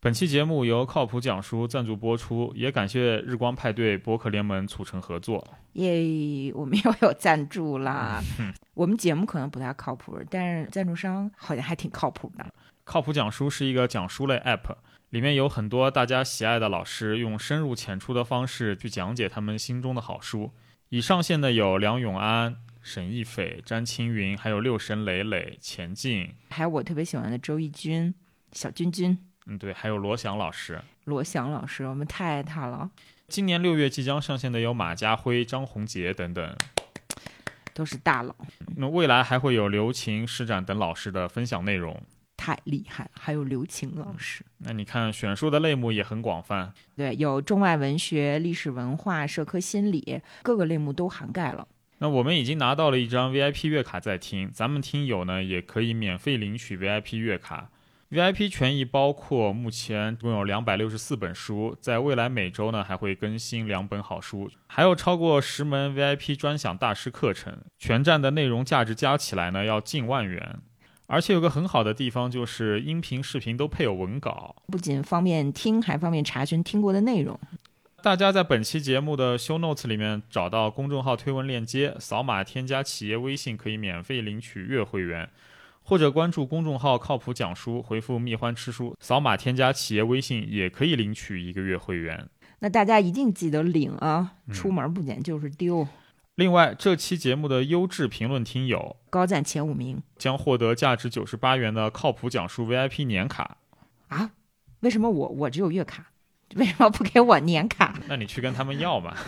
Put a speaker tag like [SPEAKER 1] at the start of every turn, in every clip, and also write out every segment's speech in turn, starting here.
[SPEAKER 1] 本期节目由靠谱讲书赞助播出，也感谢日光派对博客联盟促成合作。
[SPEAKER 2] 耶，我们又有赞助啦！我们节目可能不太靠谱，但是赞助商好像还挺靠谱的。
[SPEAKER 1] 靠谱讲书是一个讲书类 App， 里面有很多大家喜爱的老师用深入浅出的方式去讲解他们心中的好书。已上线的有梁永安、沈亦斐、詹青云，还有六神磊磊、钱进，
[SPEAKER 2] 还有我特别喜欢的周轶君、小君君。
[SPEAKER 1] 对，还有罗翔老师。
[SPEAKER 2] 罗翔老师，我们太爱他了。
[SPEAKER 1] 今年6月即将上线的有马家辉、张宏杰等等，
[SPEAKER 2] 都是大佬。
[SPEAKER 1] 那未来还会有刘擎、施展等老师的分享内容，
[SPEAKER 2] 太厉害了。还有刘擎老师。
[SPEAKER 1] 那你看选书的类目也很广泛，
[SPEAKER 2] 对，有中外文学、历史文化、社科心理，各个类目都涵盖了。
[SPEAKER 1] 那我们已经拿到了一张 VIP 月卡在听，咱们听友呢也可以免费领取 VIP 月卡。VIP 权益包括目前共有264本书，在未来每周呢还会更新2本好书，还有超过10门 VIP 专享大师课程，全站的内容价值加起来呢要近万元。而且有个很好的地方，就是音频视频都配有文稿，
[SPEAKER 2] 不仅方便听，还方便查询听过的内容。
[SPEAKER 1] 大家在本期节目的 show notes 里面找到公众号推文链接，扫码添加企业微信可以免费领取月会员，或者关注公众号靠谱讲书，回复蜜獾吃书，扫码添加企业微信也可以领取1个月会员。
[SPEAKER 2] 那大家一定记得领啊，出门不捡就是丢。
[SPEAKER 1] 另外，这期节目的优质评论听友
[SPEAKER 2] 高赞前5名
[SPEAKER 1] 将获得价值98元的靠谱讲书 VIP 年卡。
[SPEAKER 2] 啊？为什么我只有月卡？为什么不给我年卡？
[SPEAKER 1] 那你去跟他们要嘛。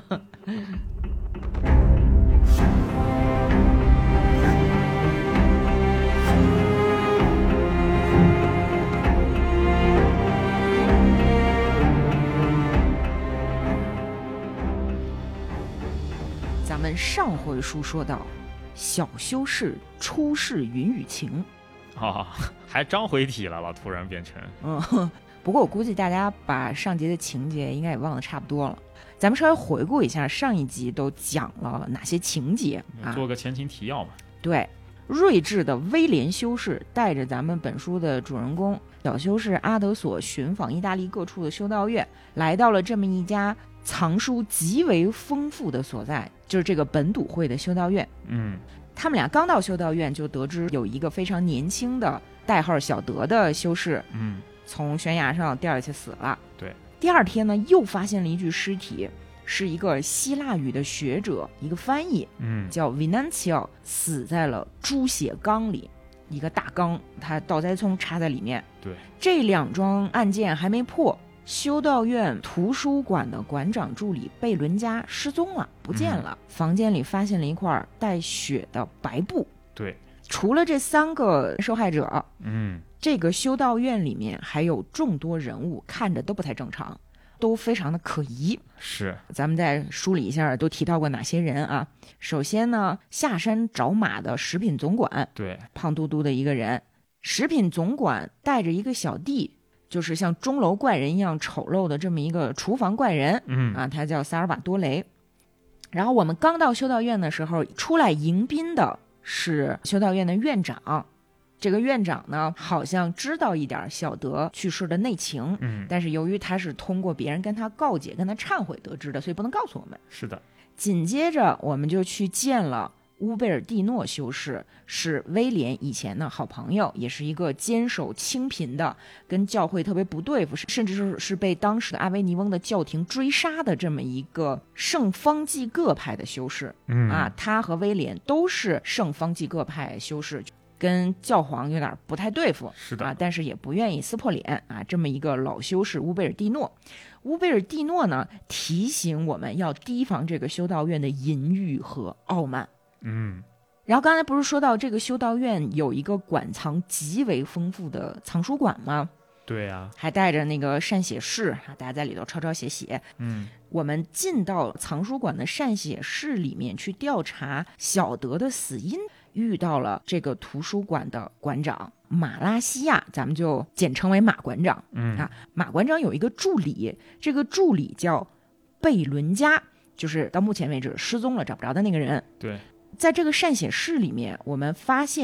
[SPEAKER 2] 咱们上回书说到，小修士出世云雨情。
[SPEAKER 1] 还章回体了，突然变成。
[SPEAKER 2] 不过我估计大家把上集的情节应该也忘得差不多了，咱们稍微回顾一下上一集都讲了哪些情节啊？
[SPEAKER 1] 做个前情提要嘛。
[SPEAKER 2] 对，睿智的威廉修士带着咱们本书的主人公小修士阿德索寻访意大利各处的修道院，来到了这么一家藏书极为丰富的所在，就是这个本笃会的修道院。他们俩刚到修道院就得知有一个非常年轻的代号小德的修士从悬崖上掉下去死了。
[SPEAKER 1] 对，
[SPEAKER 2] 第二天呢又发现了一具尸体，是一个希腊语的学者，一个翻译叫 Venancio 死在了猪血缸里，一个大缸，他倒栽葱插在里面。
[SPEAKER 1] 对，
[SPEAKER 2] 这2桩案件还没破，修道院图书馆的馆长助理贝伦加失踪了，不见了。房间里发现了一块带血的白布。
[SPEAKER 1] 对，
[SPEAKER 2] 除了这3个受害者，这个修道院里面还有众多人物，看着都不太正常，都非常的可疑。
[SPEAKER 1] 是，
[SPEAKER 2] 咱们再梳理一下都提到过哪些人啊？首先呢，下山找马的食品总管，
[SPEAKER 1] 对，
[SPEAKER 2] 胖嘟嘟的一个人。食品总管带着一个小弟，就是像钟楼怪人一样丑陋的这么一个厨房怪人，他叫萨尔瓦多雷。然后我们刚到修道院的时候，出来迎宾的是修道院的院长。这个院长呢，好像知道一点小德去世的内情，但是由于他是通过别人跟他告解、跟他忏悔得知的，所以不能告诉我们。
[SPEAKER 1] 是的。
[SPEAKER 2] 紧接着我们就去见了乌贝尔蒂诺修士，是威廉以前的好朋友，也是一个坚守清贫的，跟教会特别不对付，甚至是被当时的阿维尼翁的教廷追杀的这么一个圣方济各派的修士。他和威廉都是圣方济各派修士，跟教皇有点不太对付，
[SPEAKER 1] 是的
[SPEAKER 2] 但是也不愿意撕破脸啊。这么一个老修士乌贝尔蒂诺，乌贝尔蒂诺呢提醒我们要提防这个修道院的淫欲和傲慢。然后刚才不是说到这个修道院有一个馆藏极为丰富的藏书馆吗？
[SPEAKER 1] 对呀，
[SPEAKER 2] 还带着那个善写室，大家在里头抄抄写写。我们进到藏书馆的善写室里面去调查小德的死因，遇到了这个图书馆的馆长马拉西亚，咱们就简称为马馆长。马馆长有一个助理，这个助理叫贝伦加，就是到目前为止失踪了找不着的那个人。
[SPEAKER 1] 对，
[SPEAKER 2] 在这个善写室里面，我们发现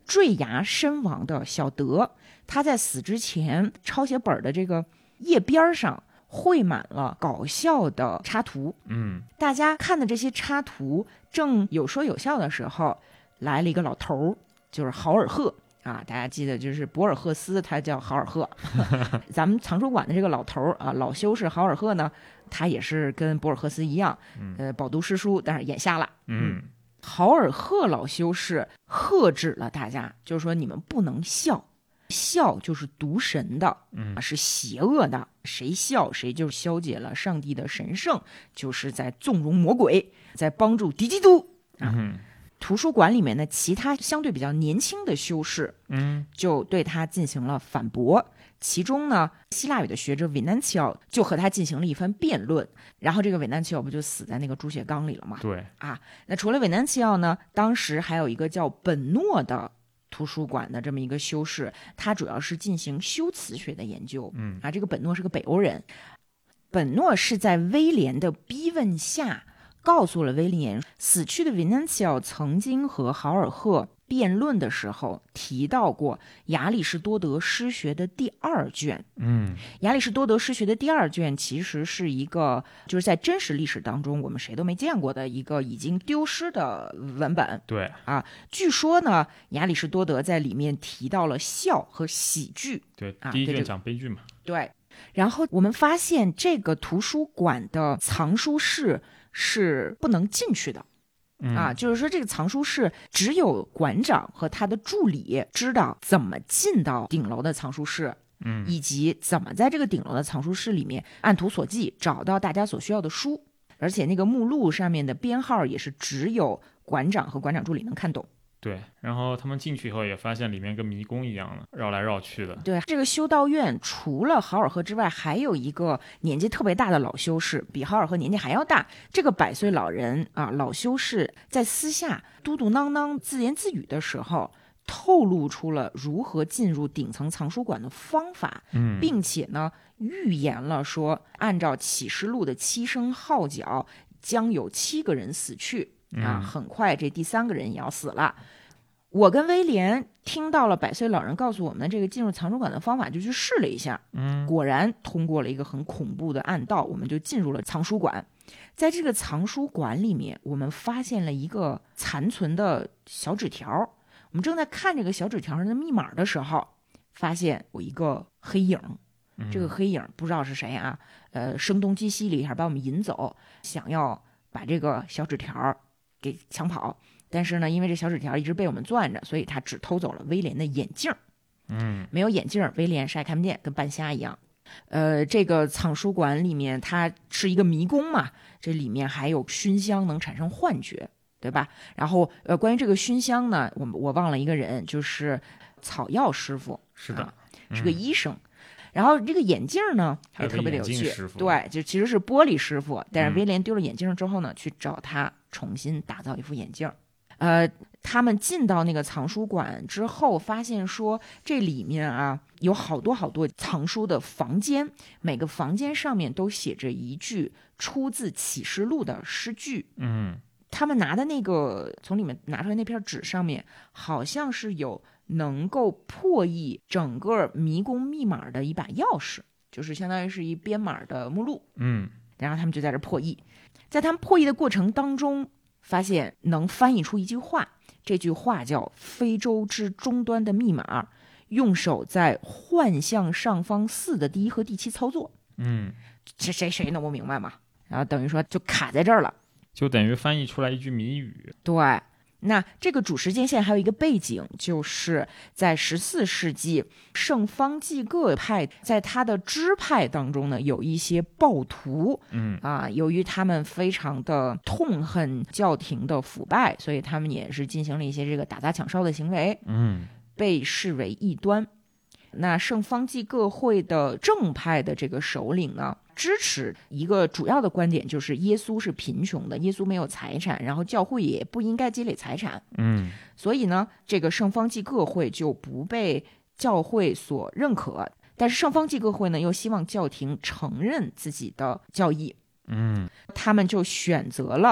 [SPEAKER 2] 坠崖身亡的小德，他在死之前抄写本的这个页边上绘满了搞笑的插图。大家看的这些插图正有说有笑的时候，来了一个老头，就是豪尔赫啊，大家记得就是博尔赫斯，他叫豪尔赫。咱们藏书馆的这个老头啊，老修士豪尔赫呢，他也是跟博尔赫斯一样，饱读诗书，但是眼瞎了。豪尔赫老修士喝止了大家，就是说你们不能笑，笑就是毒神的，是邪恶的，谁笑谁就消解了上帝的神圣，就是在纵容魔鬼，在帮助敌基督啊。图书馆里面的其他相对比较年轻的修士，就对他进行了反驳。其中呢，希腊语的学者韦南齐奥就和他进行了一番辩论，然后这个韦南齐奥不就死在那个猪血缸里了吗？
[SPEAKER 1] 对
[SPEAKER 2] 啊，那除了韦南齐奥呢，当时还有一个叫本诺的图书馆的这么一个修士，他主要是进行修辞学的研究。这个本诺是个北欧人，本诺是在威廉的逼问下告诉了威廉，死去的韦南齐奥曾经和豪尔赫辩论的时候提到过亚里士多德诗学的第2卷。亚里士多德诗学的第2卷其实是一个就是在真实历史当中我们谁都没见过的一个已经丢失的文本。
[SPEAKER 1] 对
[SPEAKER 2] 啊，据说呢，亚里士多德在里面提到了笑和喜剧。
[SPEAKER 1] 对，第1卷讲悲剧嘛。
[SPEAKER 2] 对，然后我们发现这个图书馆的藏书室是不能进去的。就是说这个藏书室只有馆长和他的助理知道怎么进到顶楼的藏书室，以及怎么在这个顶楼的藏书室里面按图索骥找到大家所需要的书，而且那个目录上面的编号也是只有馆长和馆长助理能看懂。
[SPEAKER 1] 对，然后他们进去以后也发现里面跟迷宫一样的，绕来绕去的。
[SPEAKER 2] 对，这个修道院除了豪尔赫之外，还有一个年纪特别大的老修士，比豪尔赫年纪还要大。这个100岁老人啊，老修士在私下嘟嘟囔囔自言自语的时候，透露出了如何进入顶层藏书馆的方法，并且呢预言了说，按照启示录的7声号角，将有7个人死去。很快这第3个人也要死了。我跟威廉听到了100岁老人告诉我们的这个进入藏书馆的方法，就去试了一下，果然通过了一个很恐怖的暗道，我们就进入了藏书馆。在这个藏书馆里面，我们发现了一个残存的小纸条。我们正在看这个小纸条上的密码的时候，发现有一个黑影，这个黑影不知道是谁啊，声东击西了一下，把我们引走，想要把这个小纸条给抢跑。但是呢，因为这小纸条一直被我们攥着，所以他只偷走了威廉的眼镜。没有眼镜，威廉啥也看不见，跟半瞎一样。这个藏书馆里面它是一个迷宫嘛，这里面还有熏香能产生幻觉，对吧？然后关于这个熏香呢，我忘了一个人，就是草药师傅，
[SPEAKER 1] 是的，
[SPEAKER 2] 是个医生。然后这个眼镜呢也特别的有趣，对，就其实是玻璃师傅，但是威廉丢了眼镜之后呢，去找他重新打造一副眼镜。他们进到那个藏书馆之后，发现说这里面啊有好多好多藏书的房间，每个房间上面都写着一句出自启示录的诗句。他们拿的那个从里面拿出来那片纸上面，好像是有能够破译整个迷宫密码的一把钥匙，就是相当于是一编码的目录。然后他们就在这破译，在他们破译的过程当中，发现能翻译出一句话，这句话叫非洲之终端的密码，用手在幻象上方4的第1和第7操作。这谁弄不明白嘛？然后等于说就卡在这儿了，
[SPEAKER 1] 就等于翻译出来一句谜语。
[SPEAKER 2] 对，那这个主时间线还有一个背景，就是在14世纪，圣方济各派在他的支派当中呢，有一些暴徒，由于他们非常的痛恨教廷的腐败，所以他们也是进行了一些这个打砸抢烧的行为，被视为异端。那圣方济各会的正派的这个首领呢，支持一个主要的观点，就是耶稣是贫穷的，耶稣没有财产，然后教会也不应该积累财产。所以呢，这个圣方济各会就不被教会所认可。但是圣方济各会呢，又希望教廷承认自己的教义。他们就选择了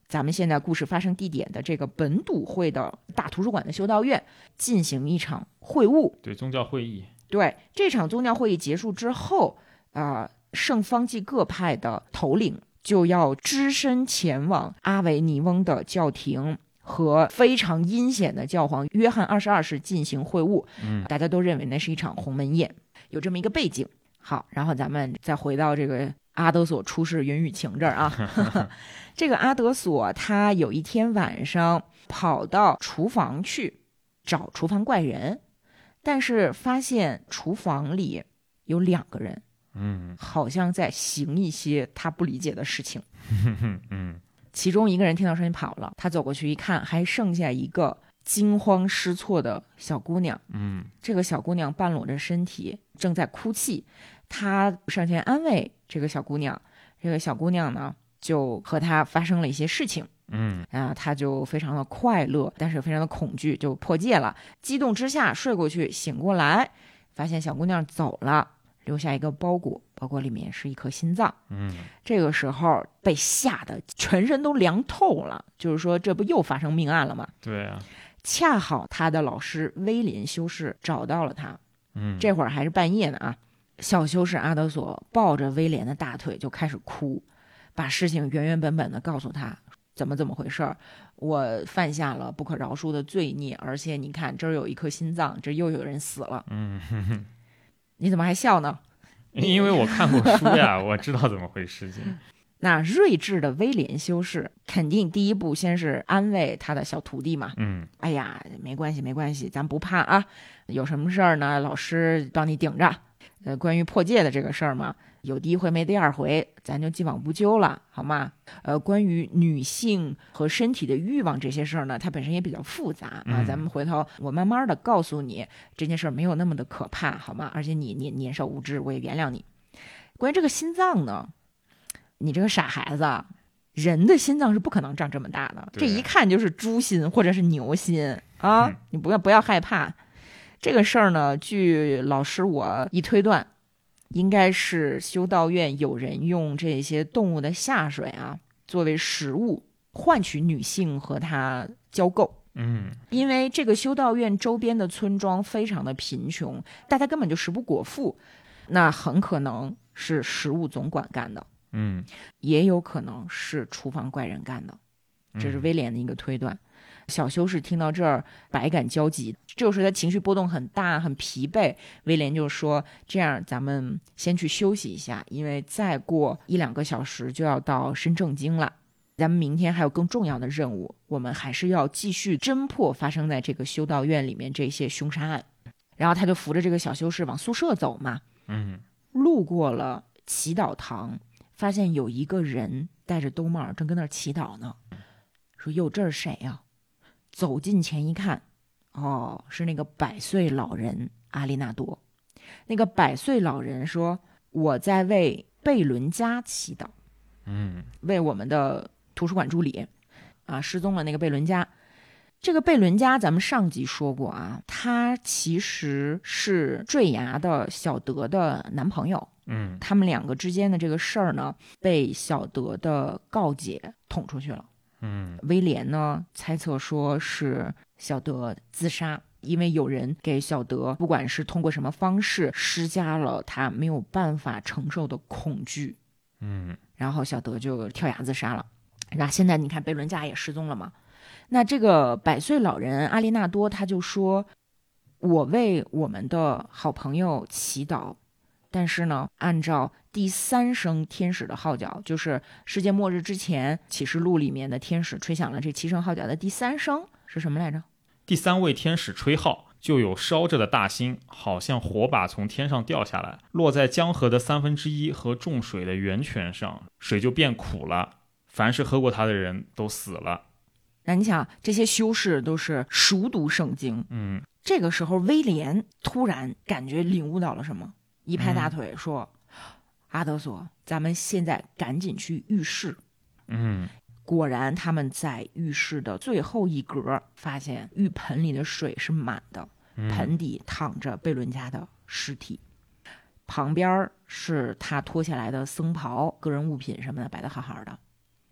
[SPEAKER 2] 咱们现在故事发生地点的这个本笃会的大图书馆的修道院进行一场会晤。
[SPEAKER 1] 对，宗教会议。
[SPEAKER 2] 对，这场宗教会议结束之后，圣方济各派的头领就要只身前往阿维尼翁的教廷和非常阴险的教皇约翰22世进行会晤。大家都认为那是一场鸿门宴，有这么一个背景。好，然后咱们再回到这个阿德索出世云雨情这儿啊。这个阿德索他有一天晚上跑到厨房去找厨房怪人，但是发现厨房里有2个人，好像在行一些他不理解的事情。其中一个人听到声音跑了，他走过去一看，还剩下一个惊慌失措的小姑娘。这个小姑娘半裸着身体正在哭泣，他上前安慰这个小姑娘，这个小姑娘呢就和他发生了一些事情。他就非常的快乐，但是非常的恐惧，就破戒了。激动之下睡过去，醒过来发现小姑娘走了，留下一个包裹，包裹里面是一颗心脏。这个时候被吓得全身都凉透了，就是说这不又发生命案了吗？
[SPEAKER 1] 对啊。
[SPEAKER 2] 恰好他的老师威廉修士找到了他。这会儿还是半夜呢啊。小修士阿德索抱着威廉的大腿就开始哭，把事情原原本本的告诉他，怎么回事，我犯下了不可饶恕的罪孽，而且你看这儿有一颗心脏，这又有人死了。你怎么还笑呢？
[SPEAKER 1] 因为我看过书呀，我知道怎么回事情。
[SPEAKER 2] 那睿智的威廉修士肯定第一步先是安慰他的小徒弟嘛。哎呀，没关系，咱不怕啊，有什么事儿呢，老师帮你顶着。关于破戒的这个事儿嘛，有第一回没第二回，咱就既往不咎了，好吗？关于女性和身体的欲望这些事儿呢，它本身也比较复杂啊。咱们回头我慢慢的告诉你，这件事儿没有那么的可怕，好吗？而且你年少无知，我也原谅你。关于这个心脏呢，你这个傻孩子，人的心脏是不可能长这么大的，这一看就是猪心或者是牛心啊！你不要害怕。这个事儿呢，据老师我一推断，应该是修道院有人用这些动物的下水啊作为食物，换取女性和他交媾。因为这个修道院周边的村庄非常的贫穷，大家根本就食不果腹，那很可能是食物总管干的。也有可能是厨房怪人干的，这是威廉的一个推断。小修士听到这儿百感交集，就是他情绪波动很大，很疲惫。威廉就说，这样咱们先去休息一下，因为再过1-2个小时就要到申正经了，咱们明天还有更重要的任务，我们还是要继续侦破发生在这个修道院里面这些凶杀案。然后他就扶着这个小修士往宿舍走嘛。路过了祈祷堂，发现有一个人戴着兜帽正跟那儿祈祷呢，说哟，这是谁呀？走近前一看，是那个100岁老人阿利纳多。那个100岁老人说，我在为贝伦加祈祷。为我们的图书馆助理失踪了那个贝伦加。这个贝伦加咱们上集说过啊，他其实是坠崖的小德的男朋友。他们2个之间的这个事儿呢，被小德的告解捅出去了。威廉呢猜测说是小德自杀，因为有人给小德不管是通过什么方式施加了他没有办法承受的恐惧。然后小德就跳崖自杀了。那现在你看贝伦加也失踪了嘛，那这个100岁老人阿利纳多他就说，我为我们的好朋友祈祷，但是呢按照第3声天使的号角，就是世界末日之前启示录里面的天使吹响了这7声号角的第3声是什么来着？
[SPEAKER 1] 第3位天使吹号，就有烧着的大星好像火把从天上掉下来，落在江河的1/3和众水的源泉上，水就变苦了，凡是喝过它的人都死了。
[SPEAKER 2] 那你想，这些修士都是熟读圣经。这个时候威廉突然感觉领悟到了什么，一拍大腿说，阿德索，咱们现在赶紧去浴室。果然他们在浴室的最后一格发现浴盆里的水是满的，盆底躺着贝伦加的尸体，旁边是他脱下来的僧袍、个人物品什么的摆得好好的。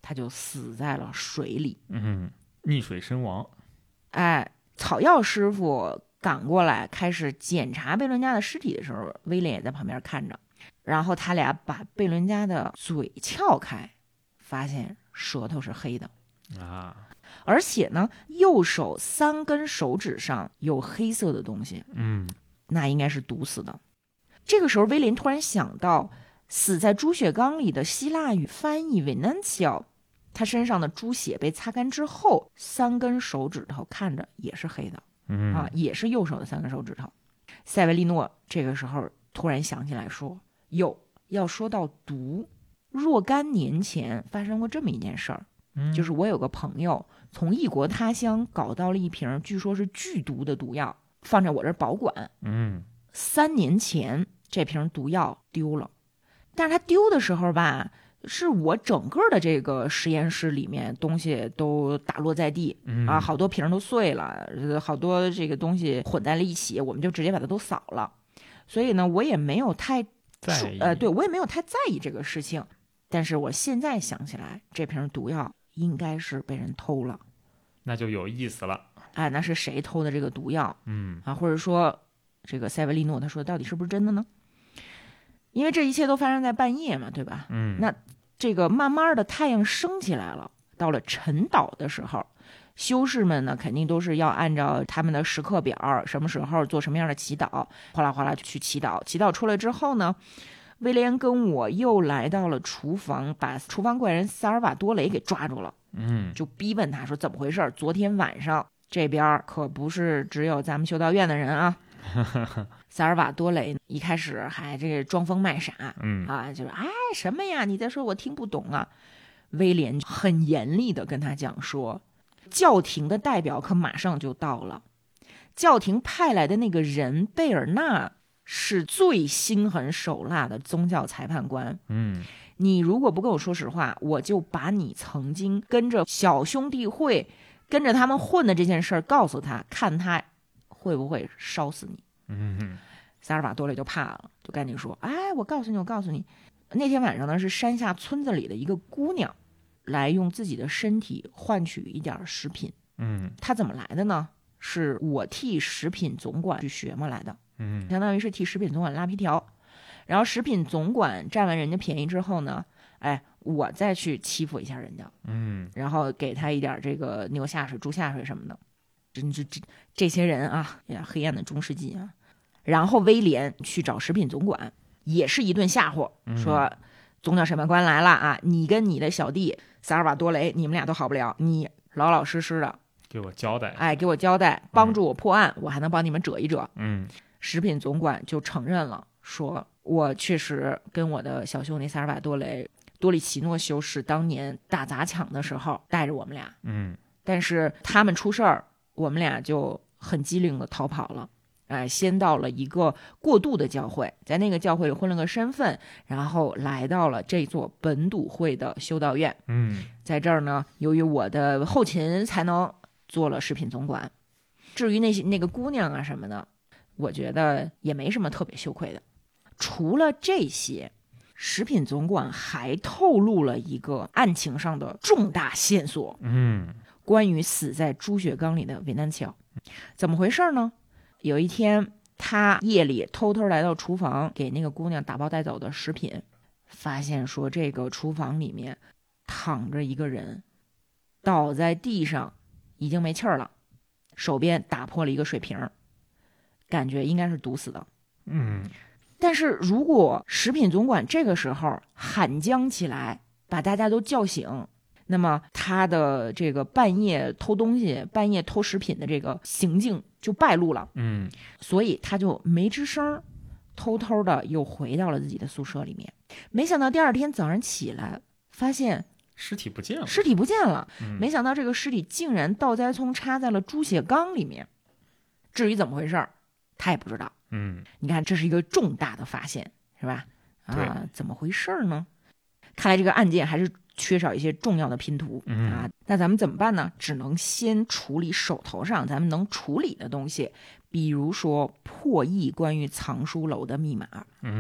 [SPEAKER 2] 他就死在了水里。
[SPEAKER 1] 溺水身亡。
[SPEAKER 2] 草药师傅赶过来开始检查贝伦加的尸体的时候，威廉也在旁边看着。然后他俩把贝伦加的嘴撬开，发现舌头是黑的而且呢，右手3根手指上有黑色的东西，那应该是毒死的。这个时候，威廉突然想到，死在猪血缸里的希腊语翻译 Venancio， 他身上的猪血被擦干之后，3根手指头看着也是黑的，也是右手的3根手指头。塞维利诺这个时候突然想起来说，要说到毒，若干年前发生过这么一件事儿，就是我有个朋友从异国他乡搞到了一瓶据说是剧毒的毒药，放在我这儿保管。3年前这瓶毒药丢了，但是他丢的时候吧，是我整个的这个实验室里面东西都打落在地，好多瓶都碎了，好多这个东西混在了一起，我们就直接把它都扫了。所以呢，我也没有太对，我也没有太在意这个事情。但是我现在想起来，这瓶毒药应该是被人偷了，
[SPEAKER 1] 那就有意思了。
[SPEAKER 2] 那是谁偷的这个毒药？或者说这个塞维利诺他说到底是不是真的呢？因为这一切都发生在半夜嘛，对吧？那这个慢慢的太阳升起来了，到了晨祷的时候，修士们呢肯定都是要按照他们的时刻表，什么时候做什么样的祈祷，哗啦哗啦去祈祷。祈祷出来之后呢，威廉跟我又来到了厨房，把厨房怪人萨尔瓦多雷给抓住了。就逼问他说怎么回事，昨天晚上这边可不是只有咱们修道院的人啊。萨尔瓦多雷一开始还这个装疯卖傻，就是什么呀，你在说我听不懂啊。威廉很严厉的跟他讲说，教廷的代表可马上就到了，教廷派来的那个人贝尔纳是最心狠手辣的宗教裁判官。你如果不跟我说实话，我就把你曾经跟着小兄弟会跟着他们混的这件事告诉他，看他会不会烧死你。萨尔瓦多雷就怕了，就赶紧说，我告诉你，那天晚上呢，是山下村子里的一个姑娘来用自己的身体换取一点食品。她怎么来的呢？是我替食品总管去学嘛来的。相当于是替食品总管拉皮条，然后食品总管占完人家便宜之后呢，我再去欺负一下人家，然后给他一点这个牛下水、猪下水什么的。这些人啊，黑暗的中世纪啊。然后威廉去找食品总管，也是一顿吓唬，说宗教审判官来了啊，你跟你的小弟萨尔瓦多雷，你们俩都好不了，你老老实实的
[SPEAKER 1] 给我交代，
[SPEAKER 2] 给我交代，帮助我破案，我还能帮你们折一折。食品总管就承认了，说我确实跟我的小兄弟萨尔瓦多雷多里奇诺修士当年大砸抢的时候带着我们俩，但是他们出事儿，我们俩就很机灵的逃跑了。先到了一个过渡的教会，在那个教会里混了个身份，然后来到了这座本笃会的修道院。在这儿呢，由于我的后勤才能做了食品总管。至于那个姑娘啊什么的，我觉得也没什么特别羞愧的。除了这些，食品总管还透露了一个案情上的重大线索。关于死在猪血缸里的维南乔，怎么回事呢？有一天，他夜里偷偷来到厨房，给那个姑娘打包带走的食品，发现说这个厨房里面躺着一个人，倒在地上，已经没气儿了，手边打破了一个水瓶，感觉应该是毒死的。但是如果食品总管这个时候喊将起来，把大家都叫醒，那么他的这个半夜偷东西、半夜偷食品的这个行径就败露了。所以他就没吱声，偷偷的又回到了自己的宿舍里面。没想到第二天早上起来，发现
[SPEAKER 1] 尸体不见了。
[SPEAKER 2] 没想到这个尸体竟然倒栽葱插在了猪血缸里面。至于怎么回事，他也不知道。你看，这是一个重大的发现，是吧？怎么回事呢？看来这个案件还是缺少一些重要的拼图。那咱们怎么办呢？只能先处理手头上咱们能处理的东西，比如说破译关于藏书楼的密码。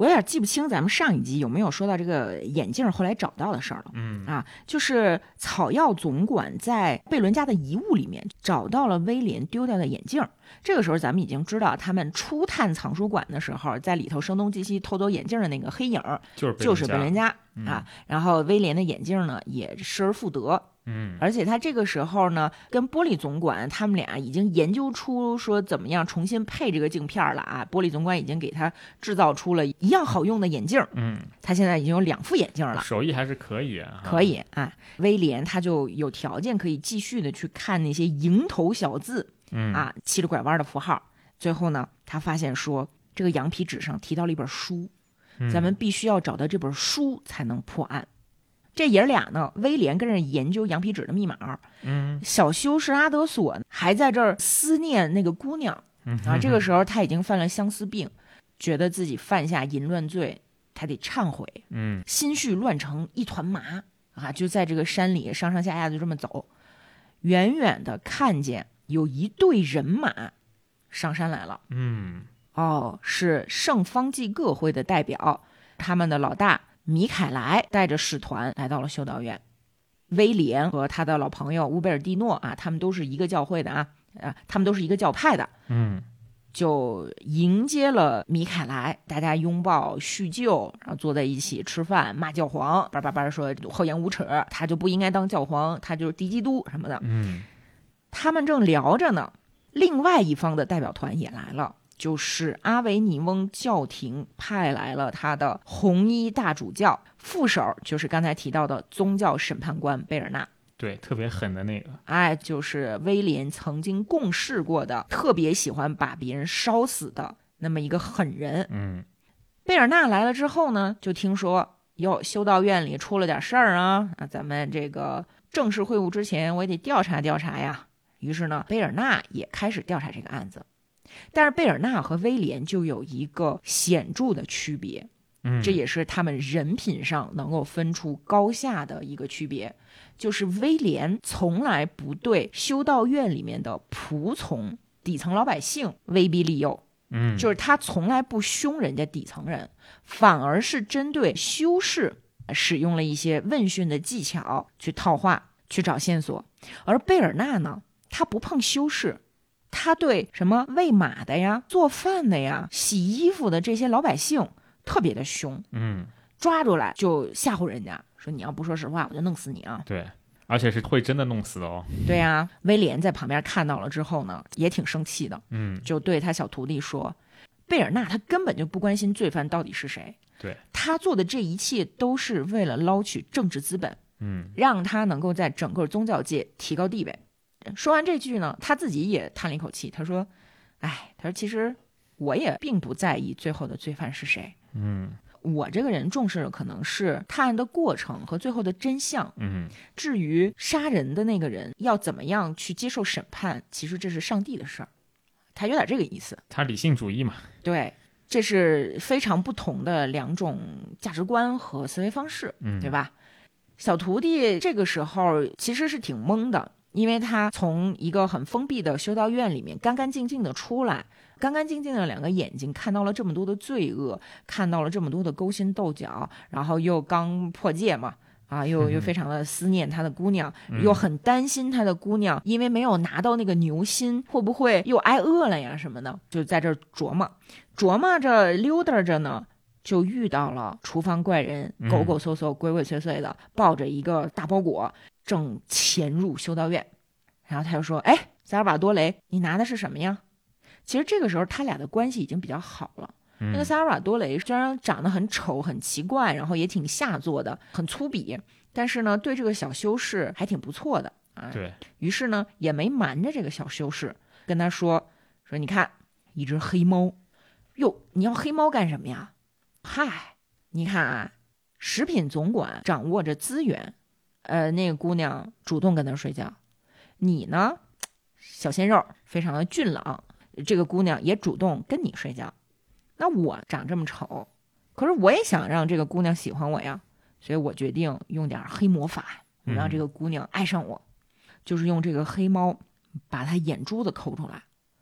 [SPEAKER 2] 我有点记不清咱们上一集有没有说到这个眼镜后来找到的事儿了。就是草药总管在贝伦家的遗物里面找到了威廉丢掉的眼镜。这个时候咱们已经知道，他们初探藏书馆的时候，在里头声东击西偷走眼镜的那个黑影就是贝伦家啊。然后威廉的眼镜呢也失而复得。而且他这个时候呢，跟玻璃总管他们俩已经研究出说怎么样重新配这个镜片了啊。玻璃总管已经给他制造出了一样好用的眼镜。他现在已经有2副眼镜了，
[SPEAKER 1] 手艺还是可以
[SPEAKER 2] 可以啊。威廉他就有条件可以继续的去看那些蝇头小字七里拐弯的符号。最后呢，他发现说这个羊皮纸上提到了一本书，咱们必须要找到这本书才能破案。这爷俩呢，威廉跟着研究羊皮纸的密码，小修士阿德索还在这儿思念那个姑娘这个时候他已经犯了相思病，觉得自己犯下淫乱罪，他得忏悔，心绪乱成一团麻就在这个山里上上下下就这么走，远远的看见有一队人马上山来了。是圣方济各会的代表，他们的老大米凯莱带着使团来到了修道院。威廉和他的老朋友乌贝尔蒂诺他们都是一个教会的他们都是一个教派的。就迎接了米凯莱，大家拥抱叙旧，然后坐在一起吃饭，骂教皇，叭叭叭说厚颜无耻，他就不应该当教皇，他就是敌基督什么的。他们正聊着呢，另外一方的代表团也来了，就是阿维尼翁教廷派来了他的红衣大主教，副手就是刚才提到的宗教审判官贝尔纳。
[SPEAKER 1] 对，特别狠的那个，
[SPEAKER 2] 就是威廉曾经共事过的，特别喜欢把别人烧死的那么一个狠人。贝尔纳来了之后呢，就听说修道院里出了点事儿咱们这个正式会晤之前，我也得调查调查呀。于是呢，贝尔纳也开始调查这个案子。但是贝尔纳和威廉就有一个显著的区别，这也是他们人品上能够分出高下的一个区别，就是威廉从来不对修道院里面的仆从底层老百姓威逼利诱，就是他从来不凶人家底层人，反而是针对修士使用了一些问讯的技巧去套话，去找线索。而贝尔纳呢，他不碰修士，他对什么喂马的呀、做饭的呀、洗衣服的这些老百姓特别的凶，抓住来就吓唬人家，说你要不说实话，我就弄死你啊！
[SPEAKER 1] 对，而且是会真的弄死的哦。
[SPEAKER 2] 对啊，威廉在旁边看到了之后呢，也挺生气的，就对他小徒弟说，贝尔纳他根本就不关心罪犯到底是谁，
[SPEAKER 1] 对，
[SPEAKER 2] 他做的这一切都是为了捞取政治资本，让他能够在整个宗教界提高地位。说完这句呢，他自己也叹了一口气，他说其实我也并不在意最后的罪犯是谁，我这个人重视的可能是探案的过程和最后的真相，至于杀人的那个人要怎么样去接受审判，其实这是上帝的事儿。他有点这个意思，
[SPEAKER 1] 他理性主义嘛。
[SPEAKER 2] 对，这是非常不同的2种价值观和思维方式，对吧？小徒弟这个时候其实是挺懵的，因为他从一个很封闭的修道院里面干干净净的出来，干干净净的2个眼睛看到了这么多的罪恶，看到了这么多的勾心斗角，然后又刚破戒嘛，又非常的思念他的姑娘，又很担心他的姑娘因为没有拿到那个牛心会不会又挨饿了呀什么的，就在这琢磨着溜达着呢，就遇到了厨房怪人狗狗嗖嗖鬼鬼祟祟的抱着一个大包裹正潜入修道院。然后他就说，萨尔瓦多雷，你拿的是什么呀？其实这个时候他俩的关系已经比较好了，那个萨尔瓦多雷虽然长得很丑很奇怪，然后也挺下作的，很粗鄙，但是呢对这个小修士还挺不错的
[SPEAKER 1] 对，
[SPEAKER 2] 于是呢也没瞒着这个小修士，跟他说你看一只黑猫。哟，你要黑猫干什么呀？你看食品总管掌握着资源，那个姑娘主动跟他睡觉，你呢小鲜肉非常的俊朗，这个姑娘也主动跟你睡觉。那我长这么丑，可是我也想让这个姑娘喜欢我呀，所以我决定用点黑魔法，让这个姑娘爱上我，就是用这个黑猫把她眼珠子抠出来，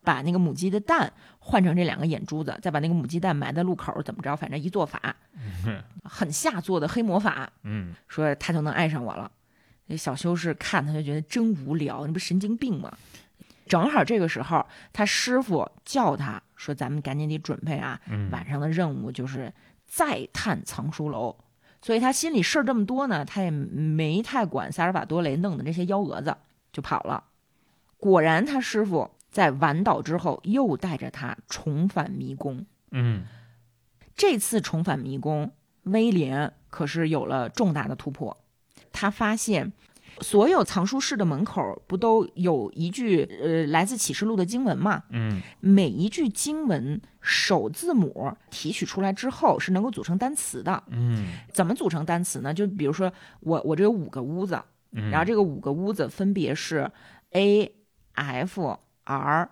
[SPEAKER 2] 把那个母鸡的蛋换成这2个眼珠子，再把那个母鸡蛋埋在路口，怎么着，反正一做法，很下作的黑魔法，说他就能爱上我了。小修士看他就觉得真无聊，你不神经病吗？正好这个时候，他师傅叫他说：“咱们赶紧得准备啊，晚上的任务就是再探藏书楼。”所以他心里事儿这么多呢，他也没太管萨尔瓦多雷弄的这些幺蛾子，就跑了。果然，他师傅在晚岛之后又带着他重返迷宫。这次重返迷宫，威廉可是有了重大的突破。他发现所有藏书室的门口不都有一句来自启示录的经文吗？每一句经文首字母提取出来之后是能够组成单词的。怎么组成单词呢？就比如说我这有5个屋子，然后这个5个屋子分别是 A F R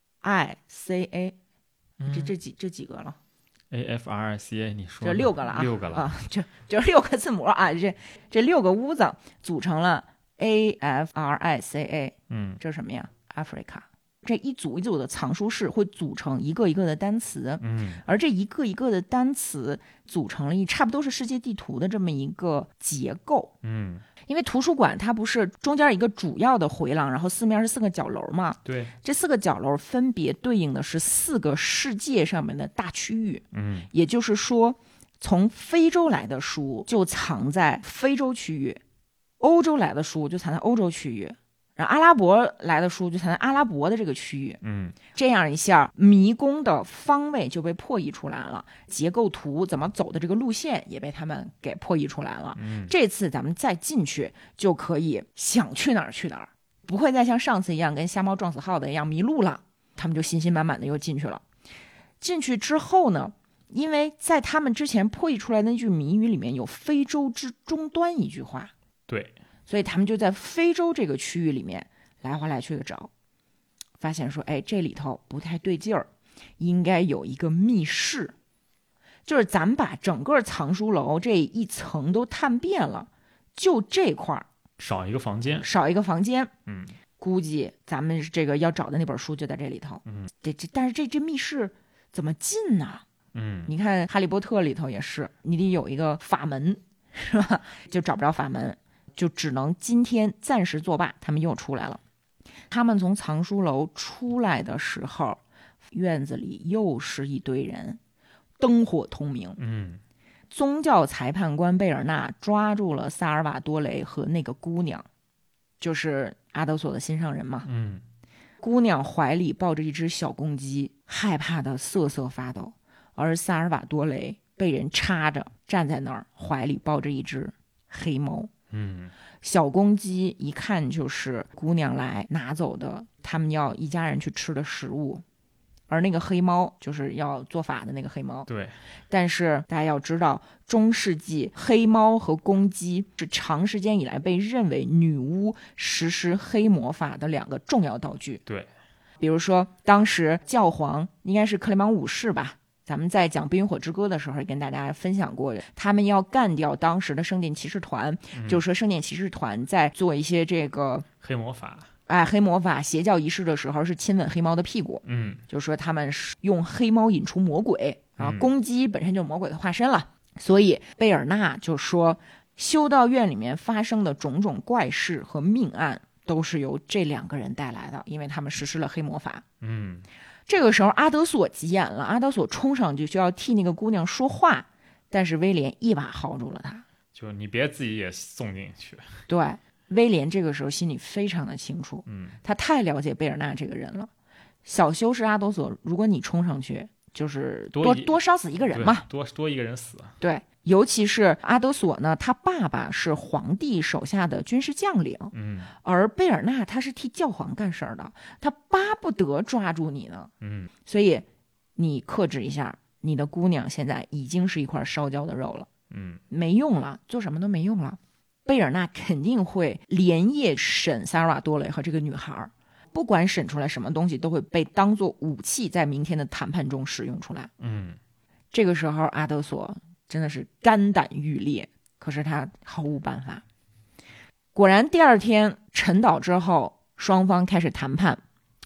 [SPEAKER 2] I C A，这几个了
[SPEAKER 1] ？A F R I C A， 你说
[SPEAKER 2] 这6个了啊
[SPEAKER 1] ？6个了
[SPEAKER 2] 啊，这6个字母啊，这6个屋子组成了 A F R I C A， 这是什么呀 ？Africa。这一组一组的藏书室会组成一个一个的单词，而这一个一个的单词组成了差不多是世界地图的这么一个结构。因为图书馆它不是中间一个主要的回廊，然后四面是4个角楼嘛？
[SPEAKER 1] 对，
[SPEAKER 2] 这4个角楼分别对应的是4个世界上面的大区域。也就是说，从非洲来的书就藏在非洲区域，欧洲来的书就藏在欧洲区域，然后阿拉伯来的书就藏在阿拉伯的这个区域。这样一下迷宫的方位就被破译出来了，结构图怎么走的这个路线也被他们给破译出来了。这次咱们再进去就可以想去哪儿去哪儿，不会再像上次一样跟瞎猫撞死耗子一样迷路了。他们就信心满满的又进去了。进去之后呢，因为在他们之前破译出来的那句谜语里面有非洲之终端一句话，
[SPEAKER 1] 对，
[SPEAKER 2] 所以他们就在非洲这个区域里面来回来去的找，发现说，哎，这里头不太对劲儿，应该有一个密室。就是咱们把整个藏书楼这一层都探遍了，就这块儿
[SPEAKER 1] 少一个房间，
[SPEAKER 2] 估计咱们这个要找的那本书就在这里头。但是这密室怎么进呢？你看哈利波特里头也是，你得有一个法门，是吧？就找不着法门，就只能今天暂时作罢。他们又出来了。他们从藏书楼出来的时候，院子里又是一堆人，灯火通明。宗教裁判官贝尔纳抓住了萨尔瓦多雷和那个姑娘，就是阿德索的心上人嘛。姑娘怀里抱着一只小公鸡，害怕的瑟瑟发抖，而萨尔瓦多雷被人插着站在那儿，怀里抱着一只黑猫。小公鸡一看就是姑娘来拿走的，他们要一家人去吃的食物。而那个黑猫就是要做法的那个黑猫。
[SPEAKER 1] 对，
[SPEAKER 2] 但是大家要知道，中世纪黑猫和公鸡是长时间以来被认为女巫实施黑魔法的2个重要道具。
[SPEAKER 1] 对，
[SPEAKER 2] 比如说当时教皇应该是克雷芒5世吧，咱们在讲《冰与火之歌》的时候也跟大家分享过，他们要干掉当时的圣殿骑士团。就是说圣殿骑士团在做一些这个
[SPEAKER 1] 黑魔法
[SPEAKER 2] 黑魔法邪教仪式的时候是亲吻黑猫的屁股。就是说他们是用黑猫引出魔鬼，然后公鸡本身就是魔鬼的化身了。所以贝尔纳就说，修道院里面发生的种种怪事和命案都是由这2个人带来的，因为他们实施了黑魔法。这个时候阿德索急眼了，阿德索冲上去就要替那个姑娘说话，但是威廉一把薅住了他，
[SPEAKER 1] 就你别自己也送进去。
[SPEAKER 2] 对，威廉这个时候心里非常的清楚，他太了解贝尔纳这个人了。小修士阿德索，如果你冲上去，就是多烧死一个人嘛，
[SPEAKER 1] 多一个人死。
[SPEAKER 2] 对，尤其是阿德索呢，他爸爸是皇帝手下的军事将领，而贝尔纳他是替教皇干事儿的，他巴不得抓住你呢。所以你克制一下，你的姑娘现在已经是一块烧焦的肉了。没用了，做什么都没用了。贝尔纳肯定会连夜审萨尔瓦多雷和这个女孩，不管审出来什么东西，都会被当作武器在明天的谈判中使用出来。这个时候阿德索真的是肝胆欲裂，可是他毫无办法。果然第2天沉岛之后，双方开始谈判。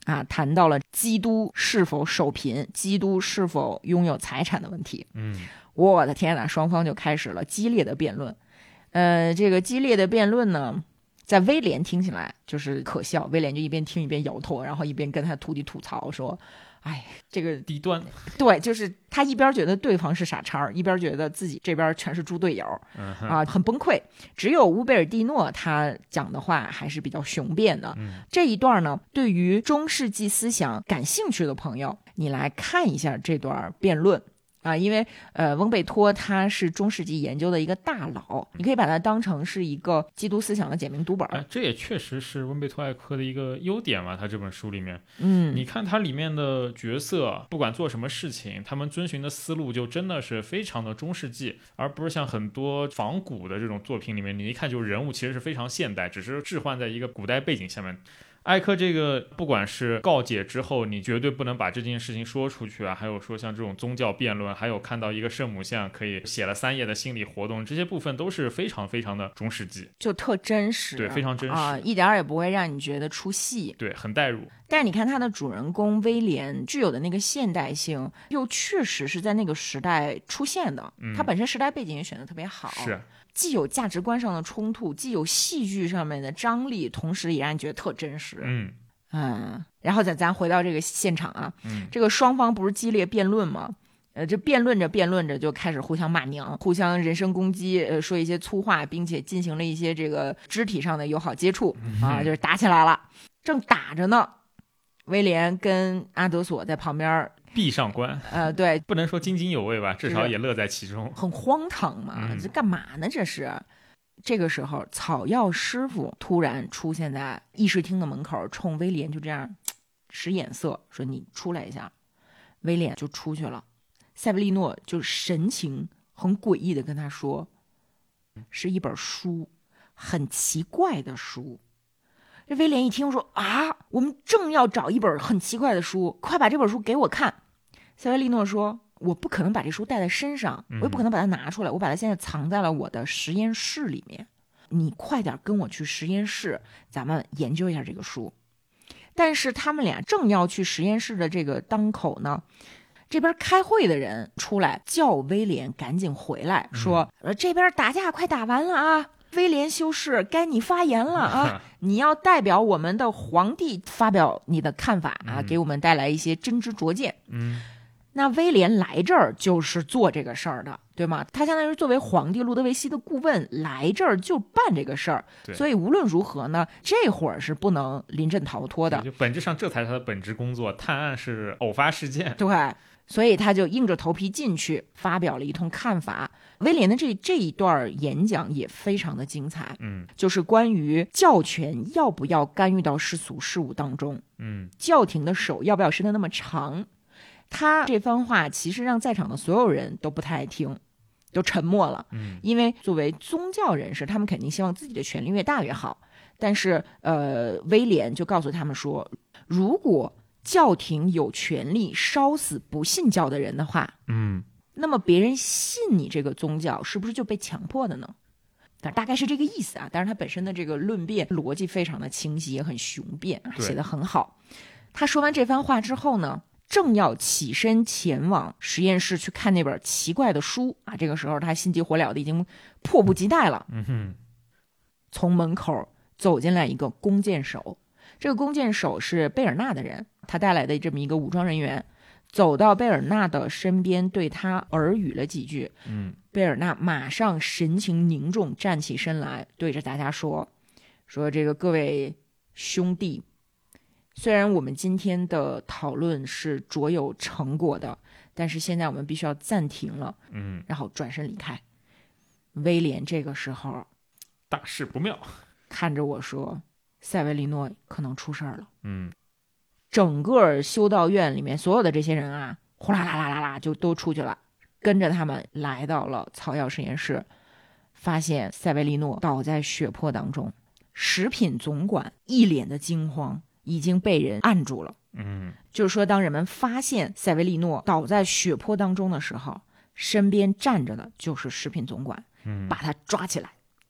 [SPEAKER 2] 谈到了基督是否受贫，基督是否拥有财产的问题。我的天哪，双方就开始了激烈的辩论。这个激烈的辩论呢，在威廉听起来就是可笑，威廉就一边听一边摇头，然后一边跟他徒弟吐槽说，哎，这个
[SPEAKER 1] 低端。
[SPEAKER 2] 对，就是他一边觉得对方是傻叉，一边觉得自己这边全是猪队友，很崩溃。只有乌贝尔蒂诺他讲的话还是比较雄辩的。这一段呢，对于中世纪思想感兴趣的朋友，你来看一下这段辩论。因为翁贝托他是中世纪研究的一个大佬，你可以把它当成是一个基督思想的简明读本。
[SPEAKER 1] 这也确实是温贝托艾科的一个优点嘛，他这本书里面，你看他里面的角色不管做什么事情，他们遵循的思路就真的是非常的中世纪，而不是像很多仿古的这种作品里面，你一看就人物其实是非常现代，只是置换在一个古代背景下面。艾科这个不管是告解之后你绝对不能把这件事情说出去啊，还有说像这种宗教辩论，还有看到一个圣母像可以写了3页的心理活动，这些部分都是非常非常的中世纪，
[SPEAKER 2] 就特真实。
[SPEAKER 1] 对，非常真实
[SPEAKER 2] 一点也不会让你觉得出戏，
[SPEAKER 1] 对，很代入。
[SPEAKER 2] 但是你看他的主人公威廉具有的那个现代性又确实是在那个时代出现的，他本身时代背景也选得特别好，
[SPEAKER 1] 是
[SPEAKER 2] 既有价值观上的冲突，既有戏剧上面的张力，同时也让你觉得特真实。然后咱回到这个现场啊，这个双方不是激烈辩论吗？这辩论着就开始互相骂娘，互相人身攻击，说一些粗话，并且进行了一些这个肢体上的友好接触就是打起来了。正打着呢，威廉跟阿德索在旁边
[SPEAKER 1] 闭上关，
[SPEAKER 2] 对，
[SPEAKER 1] 不能说津津有味吧，至少也乐在其中。
[SPEAKER 2] 很荒唐嘛，这干嘛呢？这是。这个时候，草药师傅突然出现在议事厅的门口，冲威廉就这样使眼色，说：“你出来一下。”威廉就出去了。塞维利诺就神情很诡异的跟他说：“是一本书，很奇怪的书。”这威廉一听说：“啊，我们正要找一本很奇怪的书，快把这本书给我看。”塞维利诺说：“我不可能把这书带在身上，我也不可能把它拿出来，我把它现在藏在了我的实验室里面。你快点跟我去实验室，咱们研究一下这个书。”但是他们俩正要去实验室的这个当口呢，这边开会的人出来叫威廉赶紧回来，说：“这边打架快打完了啊，威廉修士该你发言了啊，你要代表我们的皇帝发表你的看法啊，给我们带来一些真知灼见。”那威廉来这儿就是做这个事儿的，对吗？他相当于作为皇帝路德维希的顾问来这儿就办这个事儿，所以无论如何呢，这会儿是不能临阵逃脱的。
[SPEAKER 1] 就本质上这才是他的本职工作，探案是偶发事件。
[SPEAKER 2] 对，所以他就硬着头皮进去发表了一通看法。威廉的这一段演讲也非常的精彩，就是关于教权要不要干预到世俗事务当中，教廷的手要不要伸得那么长。他这番话其实让在场的所有人都不太爱听，都沉默了。因为作为宗教人士，他们肯定希望自己的权力越大越好。但是威廉就告诉他们说，如果教廷有权利烧死不信教的人的话，那么别人信你这个宗教是不是就被强迫的呢？大概是这个意思啊。但是他本身的这个论辩逻辑非常的清晰，也很雄辩，写得很好。他说完这番话之后呢，正要起身前往实验室去看那本奇怪的书啊，这个时候他心急火燎的已经迫不及待了。从门口走进来一个弓箭手，这个弓箭手是贝尔纳的人，他带来的这么一个武装人员，走到贝尔纳的身边对他耳语了几句。贝尔纳马上神情凝重，站起身来对着大家说这个各位兄弟，虽然我们今天的讨论是卓有成果的，但是现在我们必须要暂停了。然后转身离开。威廉这个时候
[SPEAKER 1] 大事不妙，
[SPEAKER 2] 看着我说，塞维利诺可能出事儿了。整个修道院里面所有的这些人啊，呼啦啦啦啦啦就都出去了，跟着他们来到了草药实验室，发现塞维利诺倒在血泊当中。食品总管一脸的惊慌，已经被人按住了。就是说当人们发现塞维利诺倒在血泊当中的时候，身边站着的就是食品总管，把他抓起来。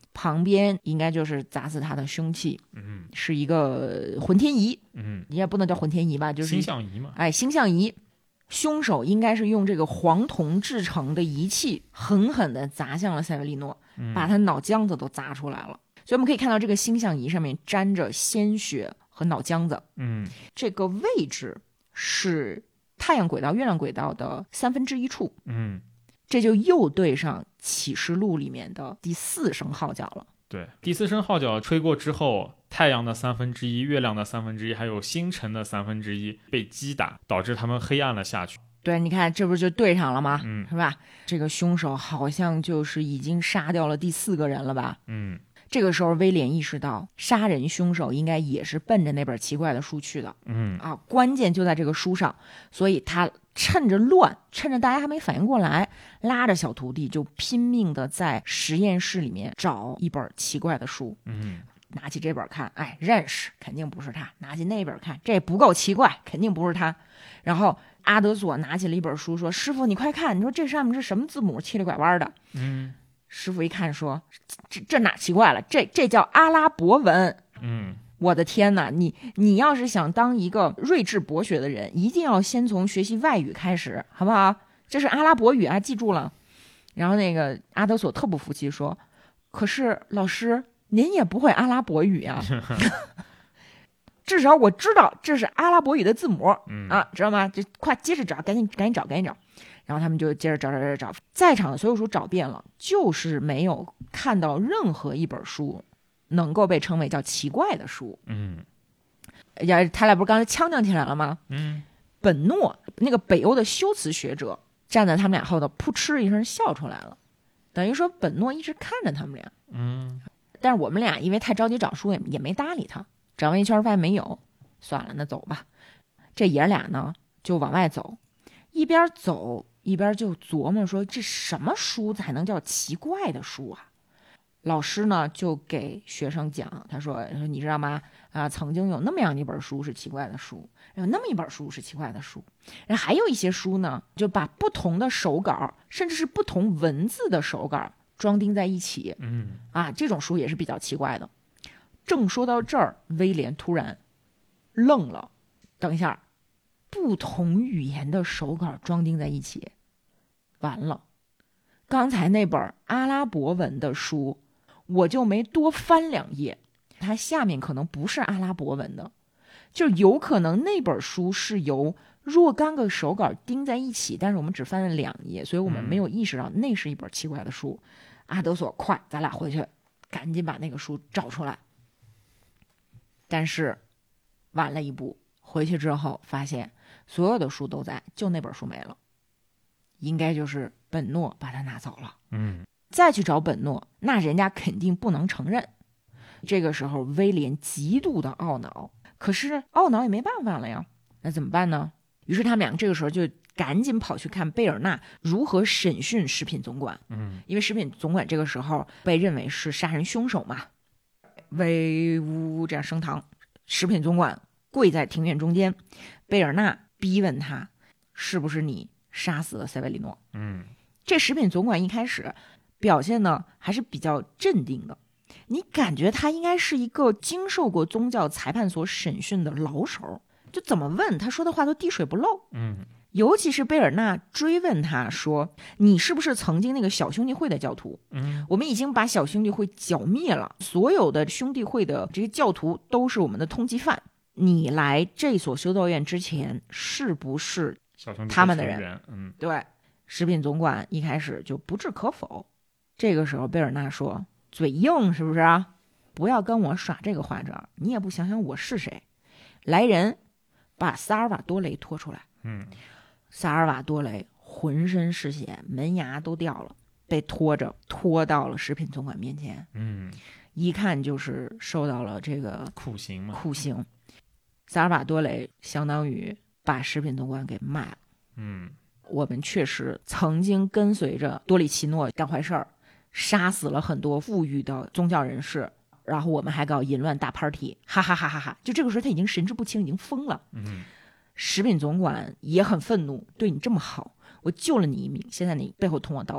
[SPEAKER 2] 旁边应该就是砸死他的凶器，是一个浑天仪，你也不能叫浑天仪吧，就是
[SPEAKER 1] 星象仪嘛，
[SPEAKER 2] 星象仪。凶手应该是用这个黄铜制成的仪器狠狠地砸向了塞维利诺，把他脑浆子都砸出来了。所以我们可以看到这个星象仪上面沾着鲜血和脑浆子，这个位置是太阳轨道、月亮轨道的1/3处，这就又对上启示录里面的第4声号角了。
[SPEAKER 1] 对，第4声号角吹过之后，太阳的1/3，月亮的1/3，还有星辰的1/3被击打，导致他们黑暗了下去。
[SPEAKER 2] 对，你看这不是就对上了吗？是吧？这个凶手好像就是已经杀掉了第4个人了吧？这个时候威廉意识到杀人凶手应该也是奔着那本奇怪的书去的，关键就在这个书上，所以他趁着大家还没反应过来，拉着小徒弟就拼命的在实验室里面找一本奇怪的书，拿起这本看，认识，肯定不是他；拿起那本看，这不够奇怪，肯定不是他。然后阿德索拿起了一本书，说：“师傅，你快看，你说这上面是什么字母，七里拐弯的？”师傅一看说：“这哪奇怪了？这叫阿拉伯文。”我的天哪！你要是想当一个睿智博学的人，一定要先从学习外语开始，好不好？这是阿拉伯语啊，记住了。然后那个阿德索特不服气说：“可是老师，您也不会阿拉伯语啊。”至少我知道这是阿拉伯语的字母，知道吗？就快接着找，赶紧找。然后他们就接着找，在场的所有书找遍了，就是没有看到任何一本书能够被称为叫奇怪的书。他俩不是刚才呛起来了吗？本诺那个北欧的修辞学者站在他们俩后头，扑哧一声笑出来了，等于说本诺一直看着他们俩。但是我们俩因为太着急找书，也没搭理他。找完一圈发现没有，算了，那走吧。这爷俩呢就往外走，一边走一边就琢磨说，这什么书才能叫奇怪的书啊？老师呢就给学生讲，他说你知道吗？曾经有那么样一本书是奇怪的书，有那么一本书是奇怪的书，然后还有一些书呢，就把不同的手稿，甚至是不同文字的手稿装订在一起。这种书也是比较奇怪的。正说到这儿，威廉突然愣了。等一下，不同语言的手稿装订在一起，完了！刚才那本阿拉伯文的书，我就没多翻2页，它下面可能不是阿拉伯文的，就有可能那本书是由若干个手稿钉在一起，但是我们只翻了2页，所以我们没有意识到那是一本奇怪的书。阿德索，快，咱俩回去，赶紧把那个书找出来。但是晚了一步，回去之后发现所有的书都在，就那本书没了，应该就是本诺把它拿走了。再去找本诺，那人家肯定不能承认。这个时候威廉极度的懊恼，可是懊恼也没办法了呀，那怎么办呢？于是他们俩这个时候就赶紧跑去看贝尔纳如何审讯食品总管。因为食品总管这个时候被认为是杀人凶手嘛。威武这样升堂，食品总管跪在庭院中间，贝尔纳逼问他是不是你杀死了塞维利诺。这食品总管一开始表现呢还是比较镇定的，你感觉他应该是一个经受过宗教裁判所审讯的老手，就怎么问他说的话都滴水不漏。尤其是贝尔纳追问他说，你是不是曾经那个小兄弟会的教徒？我们已经把小兄弟会剿灭了，所有的兄弟会的这些教徒都是我们的通缉犯，你来这所修道院之前是不是他们的人？对，食品总管一开始就不置可否。这个时候贝尔纳说，嘴硬是不是啊？不要跟我耍这个花招，你也不想想我是谁。来人，把萨尔瓦多雷拖出来。萨尔瓦多雷浑身是血，门牙都掉了，被拖到了食品总管面前。一看就是受到了这个
[SPEAKER 1] 酷刑嘛。
[SPEAKER 2] 萨尔瓦多雷相当于把食品总管给卖了。我们确实曾经跟随着多里奇诺干坏事儿，杀死了很多富裕的宗教人士，然后我们还搞淫乱大 party， 哈哈哈哈哈！就这个时候他已经神志不清，已经疯了。食品总管也很愤怒，对你这么好，我救了你一命，现在你背后捅我刀子，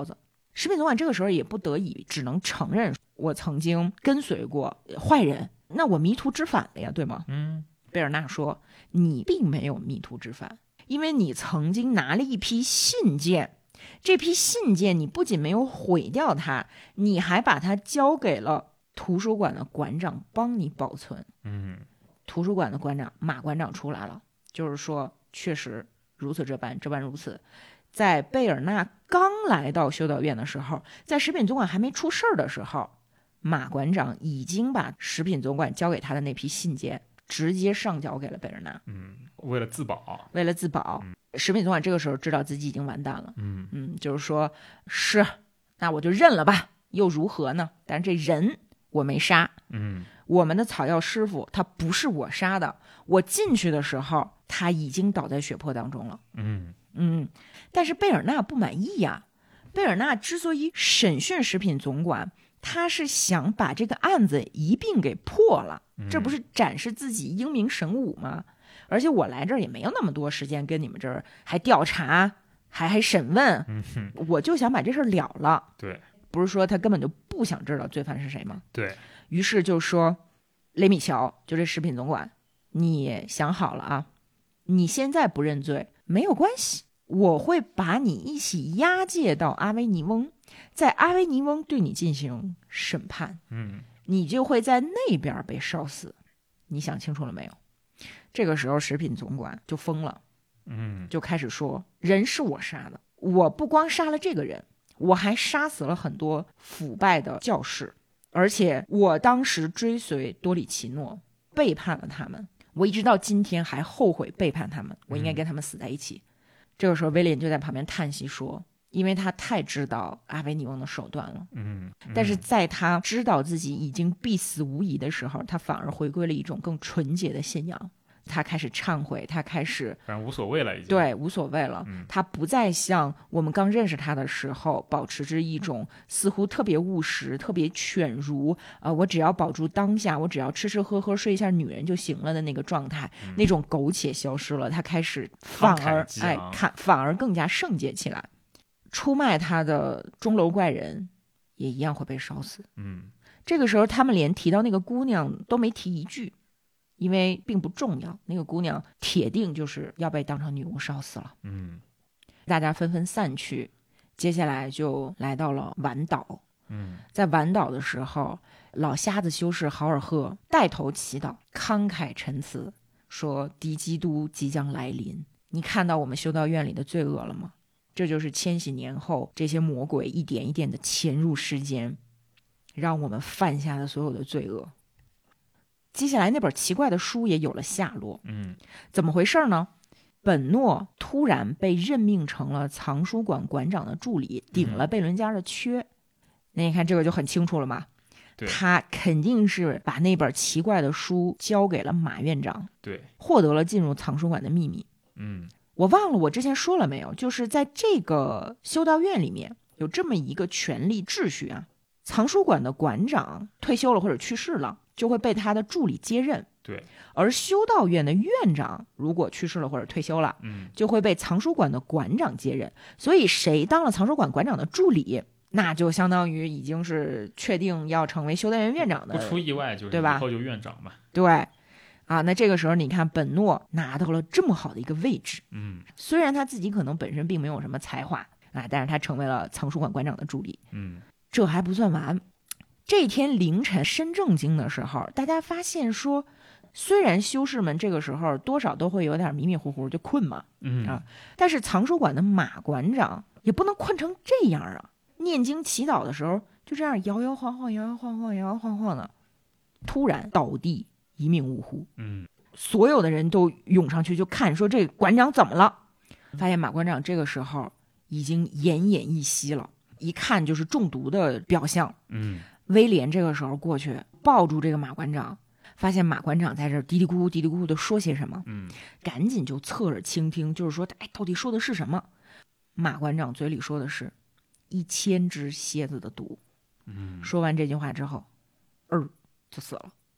[SPEAKER 2] 食品总管这个时候也不得已，只能承认我曾经跟随过坏人，那我迷途知返了呀，对吗？贝尔纳说，你并没有迷途知返，因为你曾经拿了一批信件，这批信件你不仅没有毁掉它，你还把它交给了图书馆的馆长帮你保存。图书馆的馆长马馆长出来了，就是说确实如此这般，这般如此。在贝尔纳刚来到修道院的时候，在食品总管还没出事儿的时候，马馆长已经把食品总管交给他的那批信件直接上交给了贝尔纳。
[SPEAKER 1] 为了自保，
[SPEAKER 2] 食品总管这个时候知道自己已经完蛋了。就是说，是，那我就认了吧，又如何呢？但是这人我没杀。我们的草药师傅他不是我杀的，我进去的时候他已经倒在血泊当中了。但是贝尔纳不满意呀。贝尔纳之所以审讯食品总管，他是想把这个案子一并给破了，这不是展示自己英明神武吗？而且我来这儿也没有那么多时间跟你们这儿还调查还审问，我就想把这事儿了了。
[SPEAKER 1] 对，
[SPEAKER 2] 不是说他根本就不想知道罪犯是谁吗？
[SPEAKER 1] 对，
[SPEAKER 2] 于是就说，雷米乔，就这食品总管，你想好了啊，你现在不认罪没有关系，我会把你一起押解到阿维尼翁，在阿维尼翁对你进行审判。你就会在那边被烧死。你想清楚了没有？这个时候食品总管就疯了，就开始说，人是我杀的，我不光杀了这个人，我还杀死了很多腐败的教士，而且我当时追随多里奇诺，背叛了他们，我一直到今天还后悔背叛他们，我应该跟他们死在一起。这个时候威廉就在旁边叹息说，因为他太知道阿维尼翁的手段了。但是在他知道自己已经必死无疑的时候，他反而回归了一种更纯洁的信仰。他开始忏悔，他开始
[SPEAKER 1] 反正无所谓了，已经
[SPEAKER 2] 对无所谓了。他不再像我们刚认识他的时候保持着一种似乎特别务实特别犬儒我只要保住当下，我只要吃吃喝喝睡一下女人就行了的那个状态，那种苟且消失了。他开始反而更加圣洁起来。出卖他的钟楼怪人也一样会被烧死。这个时候他们连提到那个姑娘都没提一句，因为并不重要，那个姑娘铁定就是要被当成女巫烧死了。大家纷纷散去，接下来就来到了晚岛。在晚岛的时候，老瞎子修士豪尔赫带头祈祷，慷慨陈词，说敌基督即将来临，你看到我们修道院里的罪恶了吗？这就是千禧年后这些魔鬼一点一点的潜入世间，让我们犯下的所有的罪恶。接下来那本奇怪的书也有了下落。怎么回事呢？本诺突然被任命成了藏书馆馆长的助理，顶了贝伦加的缺。那你看这个就很清楚了嘛，他肯定是把那本奇怪的书交给了马院长，
[SPEAKER 1] 对，
[SPEAKER 2] 获得了进入藏书馆的秘密。我忘了我之前说了没有，就是在这个修道院里面有这么一个权力秩序啊，藏书馆的馆长退休了或者去世了，就会被他的助理接任。
[SPEAKER 1] 对，
[SPEAKER 2] 而修道院的院长如果去世了或者退休了，就会被藏书馆的馆长接任。所以谁当了藏书馆馆长的助理，那就相当于已经是确定要成为修道院院长的，
[SPEAKER 1] 不出意外就是
[SPEAKER 2] 对吧？
[SPEAKER 1] 以后就院长嘛。
[SPEAKER 2] 对。那这个时候你看本诺拿到了这么好的一个位置，虽然他自己可能本身并没有什么才华但是他成为了藏书馆馆长的助理。这还不算完，这天凌晨申正经的时候，大家发现说，虽然修士们这个时候多少都会有点迷迷糊糊就困嘛，但是藏书馆的马馆长也不能困成这样啊，念经祈祷的时候就这样摇摇晃晃摇摇晃晃摇摇晃晃的，突然倒地一命呜呼。所有的人都涌上去就看，说这馆长怎么了？发现马馆长这个时候已经奄奄一息了，一看就是中毒的表象。威廉这个时候过去抱住这个马馆长，发现马馆长在这儿嘀嘀咕咕嘀嘀咕咕的说些什么，赶紧就侧耳倾听，就是说到底说的是什么？马馆长嘴里说的是1000只蝎子的毒。说完这句话之后就死了。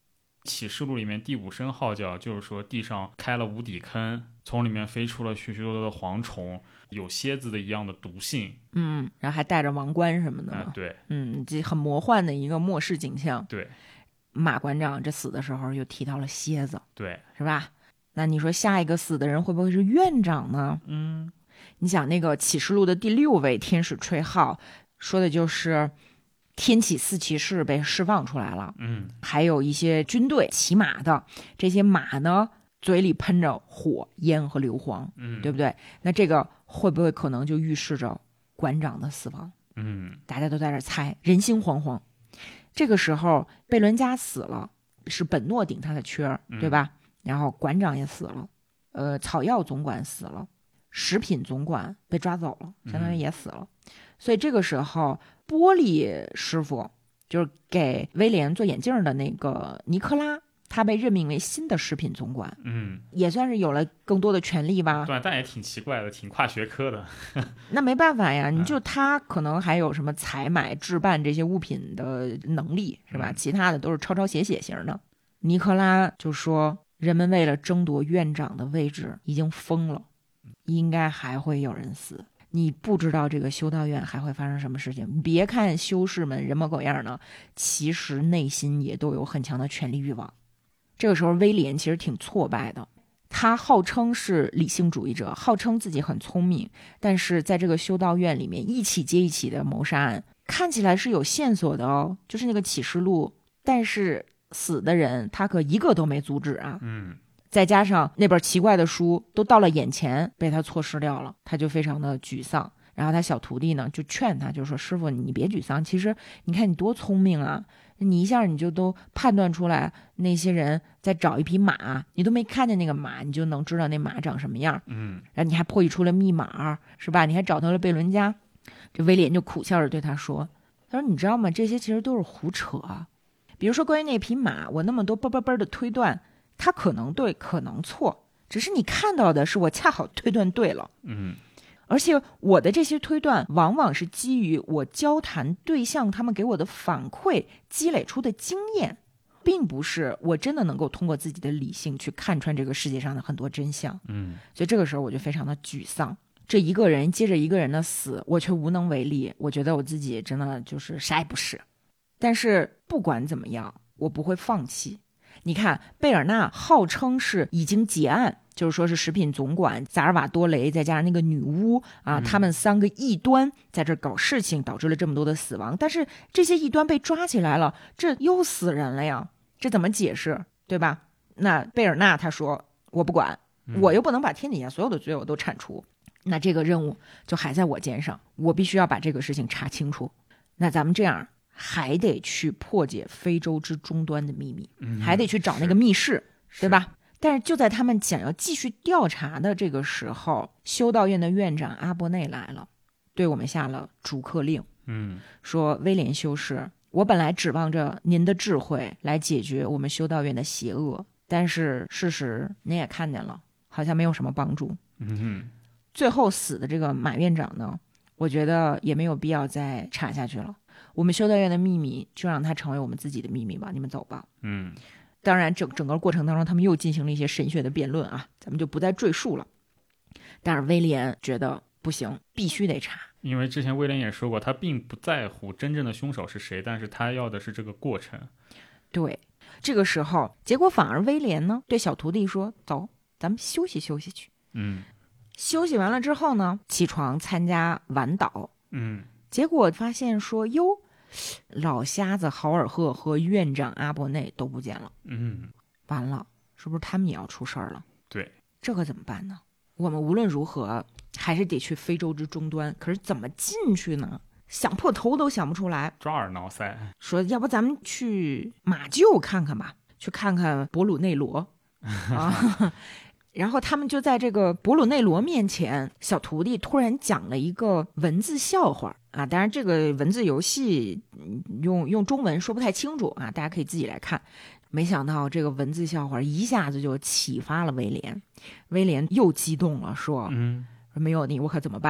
[SPEAKER 1] 启示录里面第5声号角，就是说地上开了无底坑，从里面飞出了许许多多的蝗虫，有蝎子的一样的毒性。
[SPEAKER 2] 然后还带着王冠什么的
[SPEAKER 1] 对，
[SPEAKER 2] 这很魔幻的一个末世景象。
[SPEAKER 1] 对，
[SPEAKER 2] 马馆长这死的时候又提到了蝎子，
[SPEAKER 1] 对，
[SPEAKER 2] 是吧？那你说下一个死的人会不会是院长呢？你想那个启示录的第6位天使吹号，说的就是天启4骑士被释放出来了，还有一些军队骑马的，这些马呢嘴里喷着火烟和硫磺，对不对？那这个会不会可能就预示着馆长的死亡？大家都在这猜，人心惶惶。这个时候贝伦加死了，是本诺顶他的缺儿，对吧？然后馆长也死了，草药总管死了，食品总管被抓走了，相当于也死了。所以这个时候玻璃师傅就是给威廉做眼镜的那个尼克拉，他被任命为新的食品总管，也算是有了更多的权利吧。
[SPEAKER 1] 对，但也挺奇怪的，挺跨学科的。
[SPEAKER 2] 那没办法呀，你就他可能还有什么采买置办这些物品的能力，是吧？其他的都是抄写型的。尼克拉就说，人们为了争夺院长的位置已经疯了，应该还会有人死。你不知道这个修道院还会发生什么事情。你别看修士们人模狗样的，其实内心也都有很强的权力欲望。这个时候威廉其实挺挫败的，他号称是理性主义者，号称自己很聪明，但是在这个修道院里面一起接一起的谋杀案，看起来是有线索的哦，就是那个启示录，但是死的人他可一个都没阻止啊。再加上那本奇怪的书都到了眼前被他错失掉了，他就非常的沮丧。然后他小徒弟呢就劝他，就说师傅你别沮丧，其实你看你多聪明啊，你一下你就都判断出来那些人在找一匹马，你都没看见那个马，你就能知道那马长什么样。然后你还破译出了密码，是吧？你还找到了贝伦加。这威廉就苦笑着对他说，他说你知道吗，这些其实都是胡扯。比如说关于那匹马，我那么多啵的推断，它可能对可能错，只是你看到的是我恰好推断对了。而且我的这些推断往往是基于我交谈对象他们给我的反馈积累出的经验，并不是我真的能够通过自己的理性去看穿这个世界上的很多真相。所以这个时候我就非常的沮丧，这一个人接着一个人的死，我却无能为力，我觉得我自己真的就是啥也不是。但是不管怎么样，我不会放弃。你看贝尔纳号称是已经结案，就是说是食品总管萨尔瓦多雷再加上那个女巫啊，他们3个异端在这搞事情，导致了这么多的死亡。但是这些异端被抓起来了，这又死人了呀，这怎么解释，对吧？那贝尔纳他说我不管，我又不能把天底下所有的罪我都铲除，那这个任务就还在我肩上，我必须要把这个事情查清楚。那咱们这样还得去破解非洲之终端的秘密，还得去找那个密室，对吧？但是就在他们想要继续调查的这个时候，修道院的院长阿伯内来了，对我们下了逐客令。说威廉修士，我本来指望着您的智慧来解决我们修道院的邪恶，但是事实您也看见了，好像没有什么帮助。最后死的这个马院长呢，我觉得也没有必要再查下去了。我们修道院的秘密就让它成为我们自己的秘密吧，你们走吧。当然整个过程当中他们又进行了一些神学的辩论啊，咱们就不再赘述了。但是威廉觉得不行，必须得查，
[SPEAKER 1] 因为之前威廉也说过，他并不在乎真正的凶手是谁，但是他要的是这个过程。
[SPEAKER 2] 对，这个时候结果反而威廉呢对小徒弟说，走，咱们休息休息去。休息完了之后呢，起床参加晚祷。结果发现说，哟，老瞎子豪尔赫和院长阿伯内都不见了。完了，是不是他们也要出事儿了？
[SPEAKER 1] 对，
[SPEAKER 2] 这可怎么办呢？我们无论如何还是得去非洲之终端，可是怎么进去呢？想破头都想不出来，
[SPEAKER 1] 抓耳挠腮，
[SPEAKER 2] 说要不咱们去马厩看看吧，去看看博鲁内罗啊。然后他们就在这个博鲁内罗面前，小徒弟突然讲了一个文字笑话啊，当然这个文字游戏用中文说不太清楚啊，大家可以自己来看。没想到这个文字笑话一下子就启发了威廉，威廉又激动了，说没有你我可怎么办？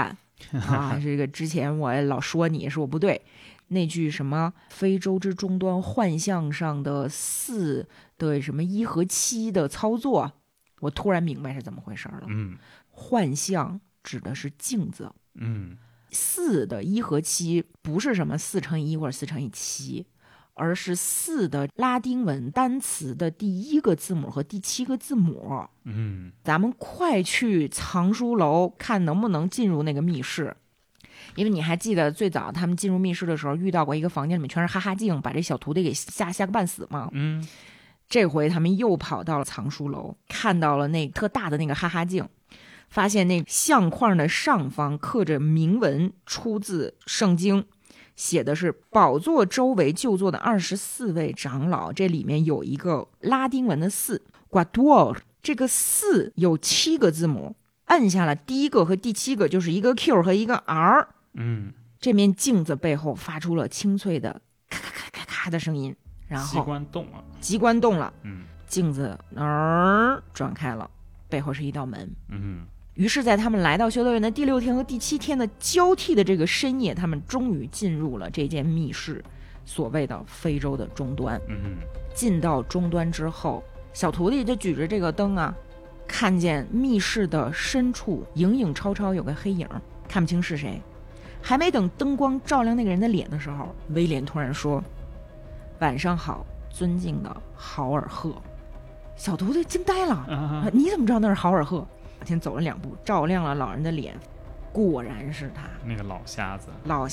[SPEAKER 2] 啊，这个之前我老说你说我不对，那句什么非洲之终端幻象上的4的什么1和7的操作，我突然明白是怎么回事了。幻象指的是镜子。4的1和7不是什么4乘以1或者4乘以7，而是4的拉丁文单词的第1个字母和第7个字母。咱们快去藏书楼看能不能进入那个密室，因为你还记得最早他们进入密室的时候遇到过一个房间里面全是哈哈镜，把这小徒弟给吓个半死吗？这回他们又跑到了藏书楼，看到了那特大的那个哈哈镜，发现那相框的上方刻着铭文，出自圣经，写的是宝座周围就坐的24位长老，这里面有一个拉丁文的4 Guador， 这个4有7个字母，按下了第1个和第7个，就是一个 Q 和一个 R。这面镜子背后发出了清脆的咔咔咔咔咔的声音，然后机关动了，镜子转开了，背后是一道门。于是在他们来到修道院的第6天和第7天的交替的这个深夜，他们终于进入了这间密室，所谓的非洲的终端。进到终端之后，小徒弟就举着这个灯啊，看见密室的深处影影绰绰有个黑影，看不清是谁。还没等灯光照亮那个人的脸的时候，威廉突然说：“晚上好，尊敬的豪尔赫。”小徒弟惊呆了，你怎么知道那是豪尔赫？先走了2步，照亮了老人的脸，果然是他，
[SPEAKER 1] 那个老瞎子。
[SPEAKER 2] 老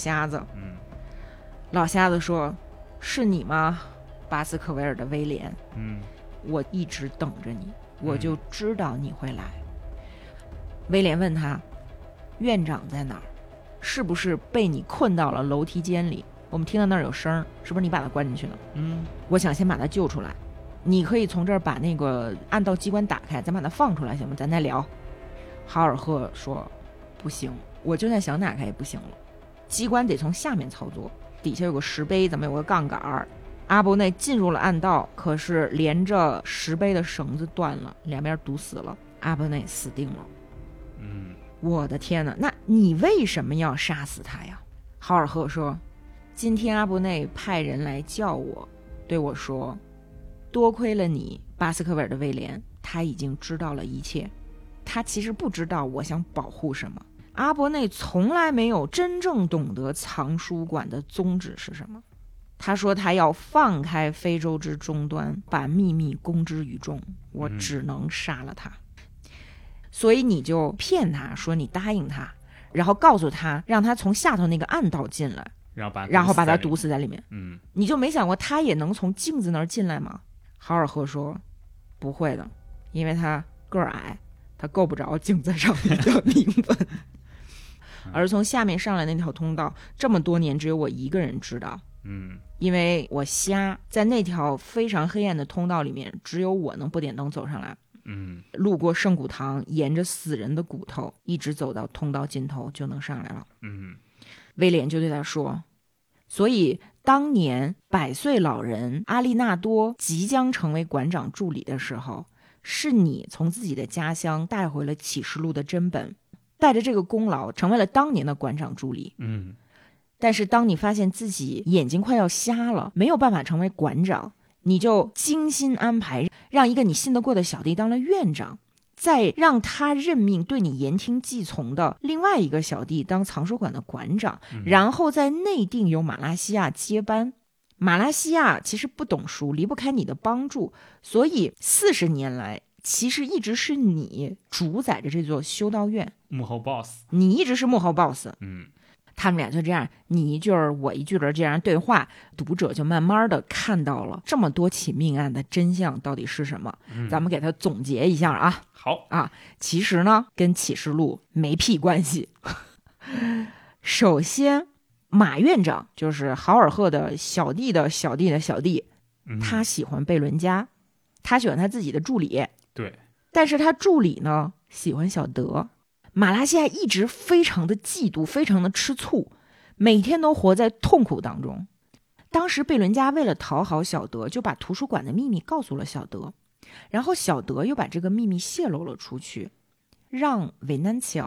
[SPEAKER 2] 瞎子说：“是你吗，巴斯克维尔的威廉？我一直等着你，我就知道你会来。”威廉问他：“院长在哪儿？是不是被你困到了楼梯间里？我们听到那儿有声，是不是你把他关进去了？”我想先把他救出来，你可以从这儿把那个暗道机关打开，咱把它放出来行吗？咱再聊。豪尔赫说：“不行，我就算想打开也不行了，机关得从下面操作，底下有个石碑，咱们有个杠杆。阿伯内进入了暗道，可是连着石碑的绳子断了，两边堵死了，阿伯内死定了。”我的天哪，那你为什么要杀死他呀？豪尔赫说：“今天阿伯内派人来叫我，对我说，多亏了你，巴斯克维尔的威廉，他已经知道了一切。他其实不知道我想保护什么。阿伯内从来没有真正懂得藏书馆的宗旨是什么。他说他要放开非洲之终端，把秘密公之于众，我只能杀了他。所以你就骗他说你答应他，然后告诉他让他从下头那个暗道进来，然后把他毒死在里面。你就没想过他也能从镜子那儿进来吗？豪尔赫说：“不会的，因为他个儿矮，他够不着镜子上面的铭文。而从下面上来那条通道，这么多年只有我一个人知道。因为我瞎，在那条非常黑暗的通道里面，只有我能不点灯走上来。路过圣骨堂，沿着死人的骨头一直走到通道尽头就能上来了。威廉就对他说：“所以当年100岁老人阿利纳多即将成为馆长助理的时候，是你从自己的家乡带回了启示录的真本，带着这个功劳成为了当年的馆长助理。但是当你发现自己眼睛快要瞎了，没有办法成为馆长，你就精心安排让一个你信得过的小弟当了院长，再让他任命对你言听计从的另外一个小弟当藏书馆的馆长，然后在内定由马拉西亚接班。马拉西亚其实不懂书，离不开你的帮助，所以40年来其实一直是你主宰着这座修道院，
[SPEAKER 1] 幕后 boss，
[SPEAKER 2] 你一直是幕后 boss。他们俩就这样你一句儿我一句的这样对话，读者就慢慢的看到了这么多起命案的真相到底是什么。咱们给它总结一下啊。
[SPEAKER 1] 好
[SPEAKER 2] 啊，其实呢跟启示录没屁关系。首先马院长就是豪尔赫的小弟的小弟的小弟，他喜欢贝伦加，他喜欢他自己的助理。
[SPEAKER 1] 对，
[SPEAKER 2] 但是他助理呢喜欢小德。马拉西亚一直非常的嫉妒，非常的吃醋，每天都活在痛苦当中。当时贝伦加为了讨好小德，就把图书馆的秘密告诉了小德，然后小德又把这个秘密泄露了出去，让维南乔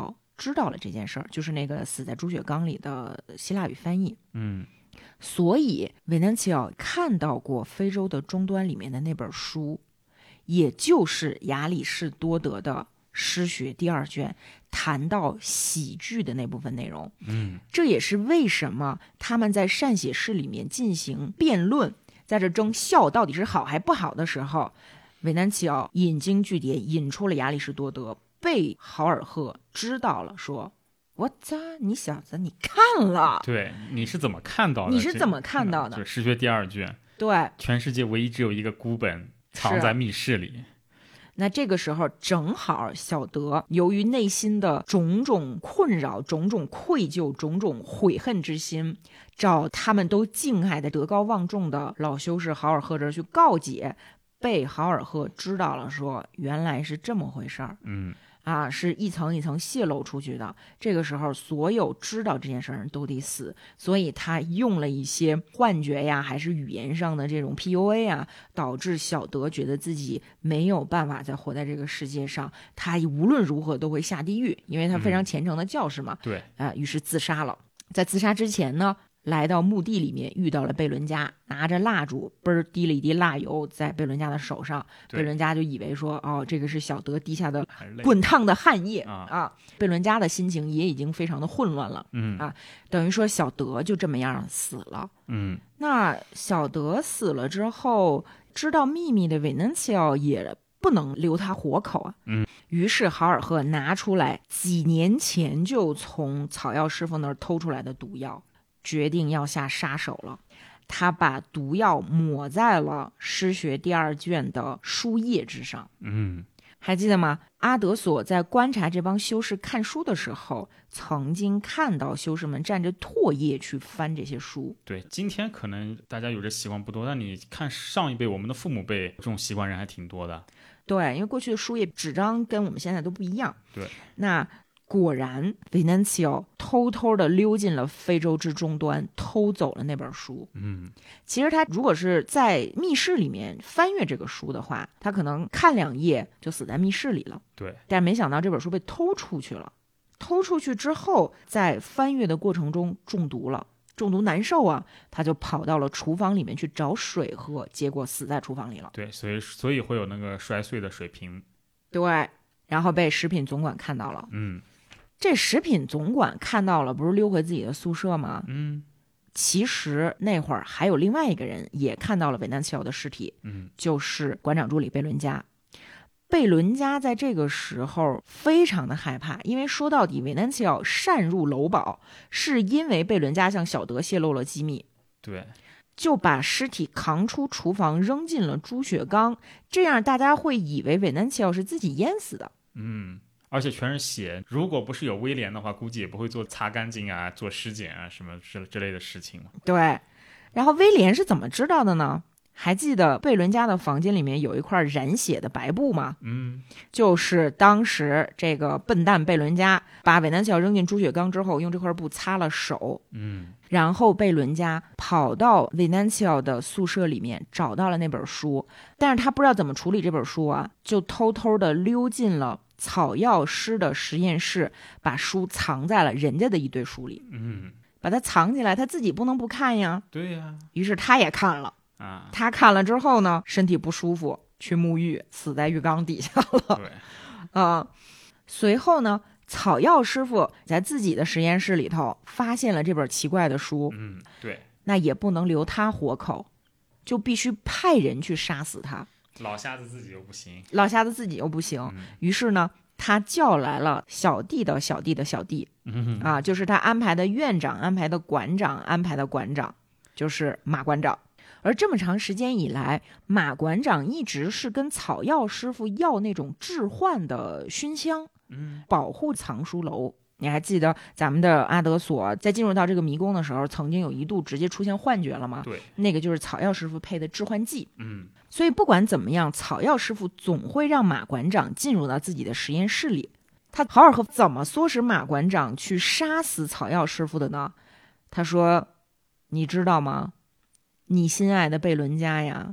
[SPEAKER 2] 知道了这件事儿，就是那个死在猪血缸里的希腊语翻译。所以维南齐奥看到过非洲的终端里面的那本书，也就是亚里士多德的诗学第2卷谈到喜剧的那部分内容。这也是为什么他们在善写诗里面进行辩论，在这争笑到底是好还不好的时候，维南齐奥引经据典，引出了亚里士多德，被豪尔赫知道了，说我操，你小子你看了。
[SPEAKER 1] 对，你是怎么看到的？
[SPEAKER 2] 你是怎么看到的？
[SPEAKER 1] 对，诗学第2卷，
[SPEAKER 2] 对，
[SPEAKER 1] 全世界唯一只有一个孤本藏在密室里。
[SPEAKER 2] 那这个时候正好小德由于内心的种种困扰、种种愧疚、种种悔恨之心，找他们都敬爱的德高望重的老修士豪尔赫这儿去告解，被豪尔赫知道了，说原来是这么回事儿。是一层一层泄露出去的。这个时候所有知道这件事儿人都得死，所以他用了一些幻觉呀，还是语言上的这种 PUA 啊，导致小德觉得自己没有办法再活在这个世界上，他无论如何都会下地狱，因为他非常虔诚的教士嘛。
[SPEAKER 1] 对，
[SPEAKER 2] 于是自杀了。在自杀之前呢，来到墓地里面遇到了贝伦加，拿着蜡烛嘣儿滴了一滴蜡油在贝伦加的手上，贝伦加就以为说这个是小德滴下的滚烫的汗液贝伦加的心情也已经非常的混乱了。等于说小德就这么样死了。那小德死了之后，知道秘密的维南齐奥也不能留他活口啊。于是豪尔赫拿出来几年前就从草药师傅那儿偷出来的毒药，决定要下杀手了。他把毒药抹在了诗学第2卷的书页之上。还记得吗？阿德索在观察这帮修士看书的时候，曾经看到修士们蘸着唾液去翻这些书。
[SPEAKER 1] 对，今天可能大家有这习惯不多，但你看上一辈我们的父母辈这种习惯人还挺多的。
[SPEAKER 2] 对，因为过去的书页纸张跟我们现在都不一样。
[SPEAKER 1] 对，
[SPEAKER 2] 那果然维南齐奥偷偷的溜进了非洲之终端，偷走了那本书。其实他如果是在密室里面翻阅这个书的话，他可能看2页就死在密室里了。
[SPEAKER 1] 对，
[SPEAKER 2] 但没想到这本书被偷出去了。偷出去之后，在翻阅的过程中中毒了，中毒难受啊，他就跑到了厨房里面去找水喝，结果死在厨房里了。
[SPEAKER 1] 对，所以会有那个摔碎的水瓶。
[SPEAKER 2] 对，然后被食品总管看到了。这食品总管看到了，不是溜回自己的宿舍吗？其实那会儿还有另外一个人也看到了维南齐奥的尸体，就是馆长助理贝伦加。贝伦加在这个时候非常的害怕，因为说到底维南齐奥擅入楼堡是因为贝伦加向小德泄露了机密。
[SPEAKER 1] 对，
[SPEAKER 2] 就把尸体扛出厨房扔进了猪血缸，这样大家会以为维南齐奥是自己淹死的。
[SPEAKER 1] 而且全是血，如果不是有威廉的话，估计也不会做擦干净啊、做尸检啊什么之类的事情。
[SPEAKER 2] 对，然后威廉是怎么知道的呢？还记得贝伦家的房间里面有一块染血的白布吗？就是当时这个笨蛋贝伦家把韦南乔扔进猪血缸之后，用这块布擦了手。然后贝伦家跑到韦南乔的宿舍里面找到了那本书，但是他不知道怎么处理这本书啊，就偷偷的溜进了草药师的实验室，把书藏在了人家的一堆书里。把它藏起来，他自己不能不看呀。
[SPEAKER 1] 对呀。
[SPEAKER 2] 于是他也看了。他看了之后呢，身体不舒服，去沐浴，死在浴缸底下了。
[SPEAKER 1] 对。
[SPEAKER 2] 随后呢，草药师傅在自己的实验室里头发现了这本奇怪的书。
[SPEAKER 1] 对。
[SPEAKER 2] 那也不能留他活口，就必须派人去杀死他。
[SPEAKER 1] 老瞎子自己又不行。
[SPEAKER 2] 于是呢，他叫来了小弟的小弟的小弟。就是他安排的院长、安排的馆长、安排的馆长，就是马馆长。而这么长时间以来，马馆长一直是跟草药师傅要那种致幻的熏香，保护藏书楼。你还记得咱们的阿德索在进入到这个迷宫的时候，曾经有一度直接出现幻觉了吗？
[SPEAKER 1] 对，
[SPEAKER 2] 那个就是草药师傅配的致幻剂。所以不管怎么样，草药师傅总会让马馆长进入到自己的实验室里。豪尔赫怎么唆使马馆长去杀死草药师傅的呢？他说：“你知道吗？你心爱的贝伦家呀，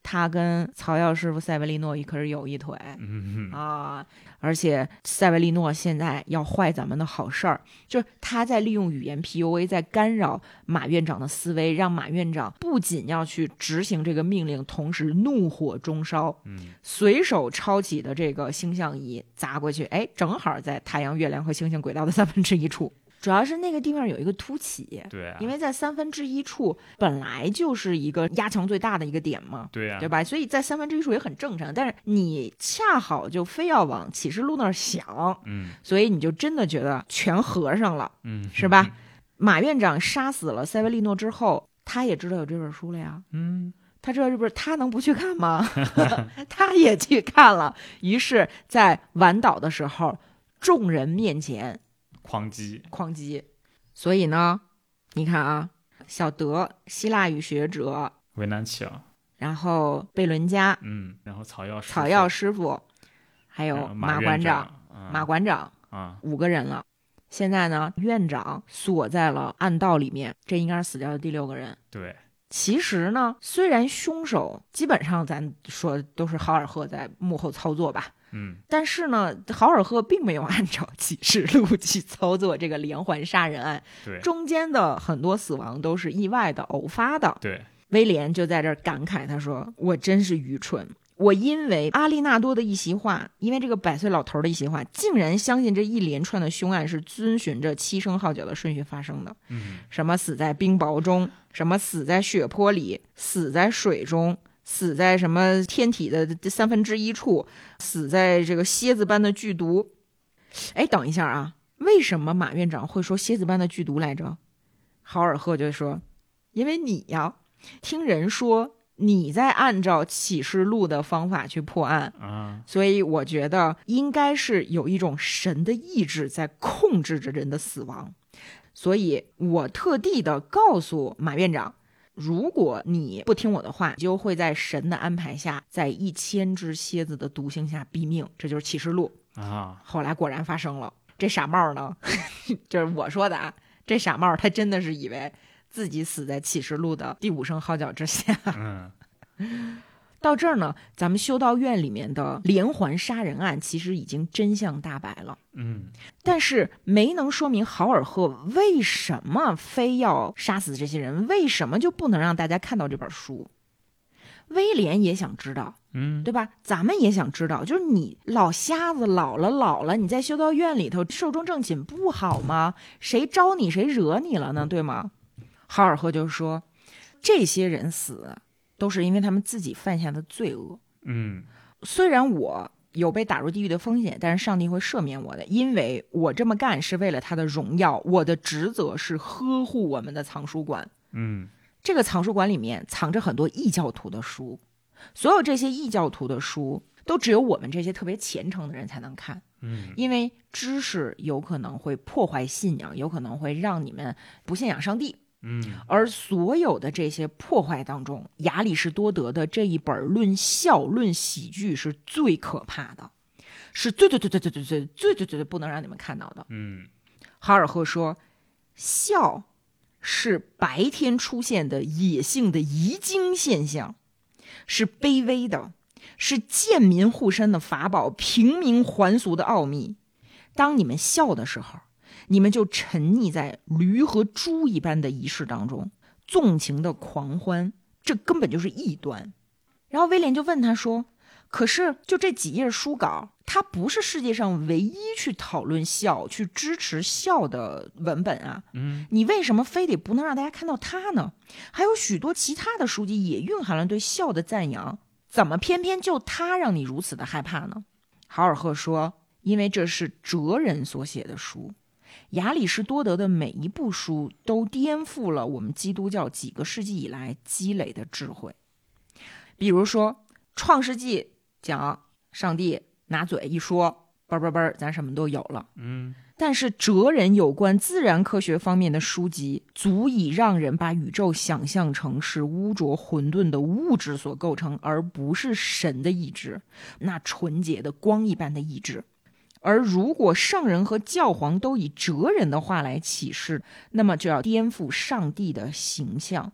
[SPEAKER 2] 他跟草药师傅塞维利诺可是有一腿啊！而且塞维利诺现在要坏咱们的好事儿，就是他在利用语言 PUA 在干扰马院长的思维，让马院长不仅要去执行这个命令，同时怒火中烧，随手抄起的这个星象仪砸过去，哎，正好在太阳、月亮和星星轨道的1/3处。主要是那个地方有一个凸起，
[SPEAKER 1] 对啊，
[SPEAKER 2] 因为在1/3处本来就是一个压强最大的一个点嘛，
[SPEAKER 1] 对啊，
[SPEAKER 2] 对吧？所以在1/3处也很正常，但是你恰好就非要往启示录那儿想，所以你就真的觉得全合上了，是吧？马院长杀死了塞维利诺之后，他也知道有这本书了呀，他知道这本，他能不去看吗？他也去看了，于是在晚岛的时候，众人面前。哐击，所以呢，你看啊，小德希腊语学者
[SPEAKER 1] 维南奇尔，
[SPEAKER 2] 然后贝伦加，
[SPEAKER 1] 然后草药
[SPEAKER 2] 师傅，还有马馆长啊，5个人了。现在呢，院长锁在了暗道里面，这应该是死掉的第6个人。
[SPEAKER 1] 对，
[SPEAKER 2] 其实呢，虽然凶手基本上咱说都是豪尔赫在幕后操作吧。但是呢，豪尔赫并没有按照启示录去操作这个连环杀人案，
[SPEAKER 1] 对，
[SPEAKER 2] 中间的很多死亡都是意外的、偶发的。
[SPEAKER 1] 对，
[SPEAKER 2] 威廉就在这儿感慨，他说：“我真是愚蠢，我因为阿利纳多的一席话，因为这个100岁老头的一席话，竟然相信这一连串的凶案是遵循着7声号角的顺序发生的。什么死在冰雹中，什么死在血泊里，死在水中。”死在什么天体的1/3处，死在这个蝎子般的剧毒。哎，等一下啊，为什么马院长会说蝎子般的剧毒来着？豪尔赫就说，因为你呀，听人说你在按照启示录的方法去破案啊，所以我觉得应该是有一种神的意志在控制着人的死亡，所以我特地的告诉马院长，如果你不听我的话，就会在神的安排下，在1000只蝎子的毒性下毙命。这就是启示录啊。后来果然发生了。这傻帽呢，就是我说的啊，这傻帽他真的是以为自己死在启示录的第5声号角之下。到这儿呢，咱们修道院里面的连环杀人案其实已经真相大白了。但是没能说明豪尔赫为什么非要杀死这些人，为什么就不能让大家看到这本书。威廉也想知道，对吧？咱们也想知道，就是你老瞎子老了，你在修道院里头寿终正寝不好吗？谁招你谁惹你了呢？对吗？豪尔赫就说，这些人死都是因为他们自己犯下的罪恶。虽然我有被打入地狱的风险，但是上帝会赦免我的，因为我这么干是为了他的荣耀，我的职责是呵护我们的藏书馆。这个藏书馆里面藏着很多异教徒的书，所有这些异教徒的书都只有我们这些特别虔诚的人才能看。因为知识有可能会破坏信仰，有可能会让你们不信仰上帝。而所有的这些破坏当中，亚里士多德的这一本论笑论喜剧是最可怕的，是最不能让你们看到的。哈尔赫说，笑是白天出现的野性的遗精现象，是卑微的，是贱民护身的法宝，平民还俗的奥秘。当你们笑的时候，你们就沉溺在驴和猪一般的仪式当中，纵情的狂欢，这根本就是异端。然后威廉就问他说，可是就这几页书稿，它不是世界上唯一去讨论笑、去支持笑的文本啊，你为什么非得不能让大家看到它呢？还有许多其他的书籍也蕴含了对笑的赞扬，怎么偏偏就它让你如此的害怕呢？豪尔赫说，因为这是哲人所写的书，亚里士多德的每一部书都颠覆了我们基督教几个世纪以来积累的智慧。比如说创世纪讲上帝拿嘴一说，嘣嘣嘣，咱什么都有了。但是哲人有关自然科学方面的书籍，足以让人把宇宙想象成是污浊混沌的物质所构成，而不是神的意志，那纯洁的光一般的意志。而如果圣人和教皇都以哲人的话来启示，那么就要颠覆上帝的形象，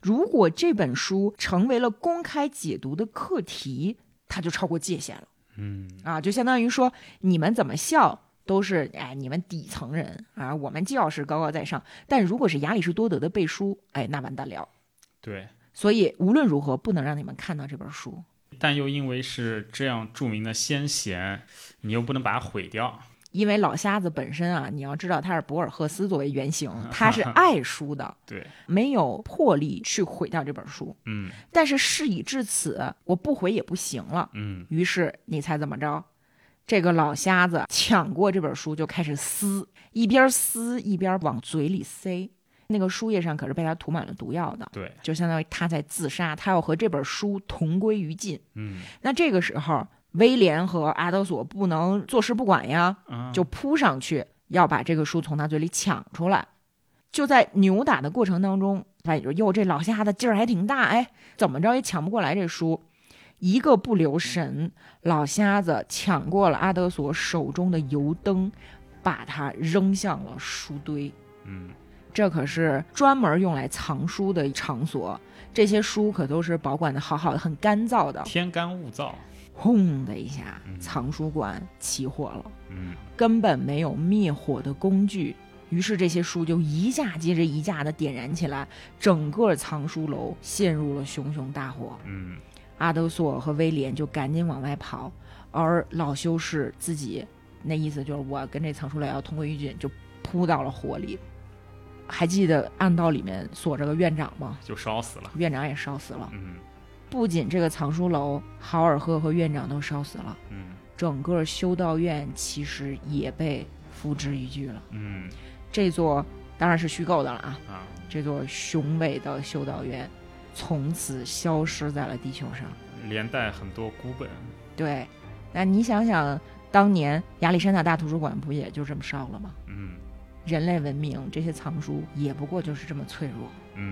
[SPEAKER 2] 如果这本书成为了公开解读的课题，它就超过界限了。就相当于说你们怎么笑都是你们底层人啊，我们教是高高在上。但如果是亚里士多德的背书，那完蛋了。
[SPEAKER 1] 对，
[SPEAKER 2] 所以无论如何不能让你们看到这本书。
[SPEAKER 1] 但又因为是这样著名的先贤，你又不能把它毁掉。
[SPEAKER 2] 因为老瞎子本身啊，你要知道他是博尔赫斯作为原型，他是爱书的，
[SPEAKER 1] 对，
[SPEAKER 2] 没有魄力去毁掉这本书。但是事已至此，我不毁也不行了。于是你猜怎么着？这个老瞎子抢过这本书就开始撕，一边撕一边往嘴里塞。那个书页上可是被他涂满了毒药的，
[SPEAKER 1] 对，
[SPEAKER 2] 就相当于他在自杀，他要和这本书同归于尽。那这个时候威廉和阿德索不能坐视不管呀，就扑上去要把这个书从他嘴里抢出来。就在扭打的过程当中，发现哟，这老瞎子劲儿还挺大，怎么着也抢不过来这书。一个不留神，老瞎子抢过了阿德索手中的油灯，把它扔向了书堆。这可是专门用来藏书的场所，这些书可都是保管的好好的，很干燥的。
[SPEAKER 1] 天干物燥，
[SPEAKER 2] 轰的一下，藏书馆起火了。根本没有灭火的工具，于是这些书就一架接着一架的点燃起来，整个藏书楼陷入了熊熊大火。阿德索和威廉就赶紧往外跑，而老修士自己那意思就是我跟这藏书楼要同归于尽，就扑到了火里。还记得暗道里面锁着个院长吗？
[SPEAKER 1] 就烧死了，
[SPEAKER 2] 院长也烧死了。不仅这个藏书楼，豪尔赫和院长都烧死了。整个修道院其实也被付之一炬了。这座当然是虚构的了啊。这座雄伟的修道院从此消失在了地球上，
[SPEAKER 1] 连带很多孤本。对，
[SPEAKER 2] 那你想想，当年亚历山大大图书馆不也就这么烧了吗？人类文明这些藏书也不过就是这么脆弱。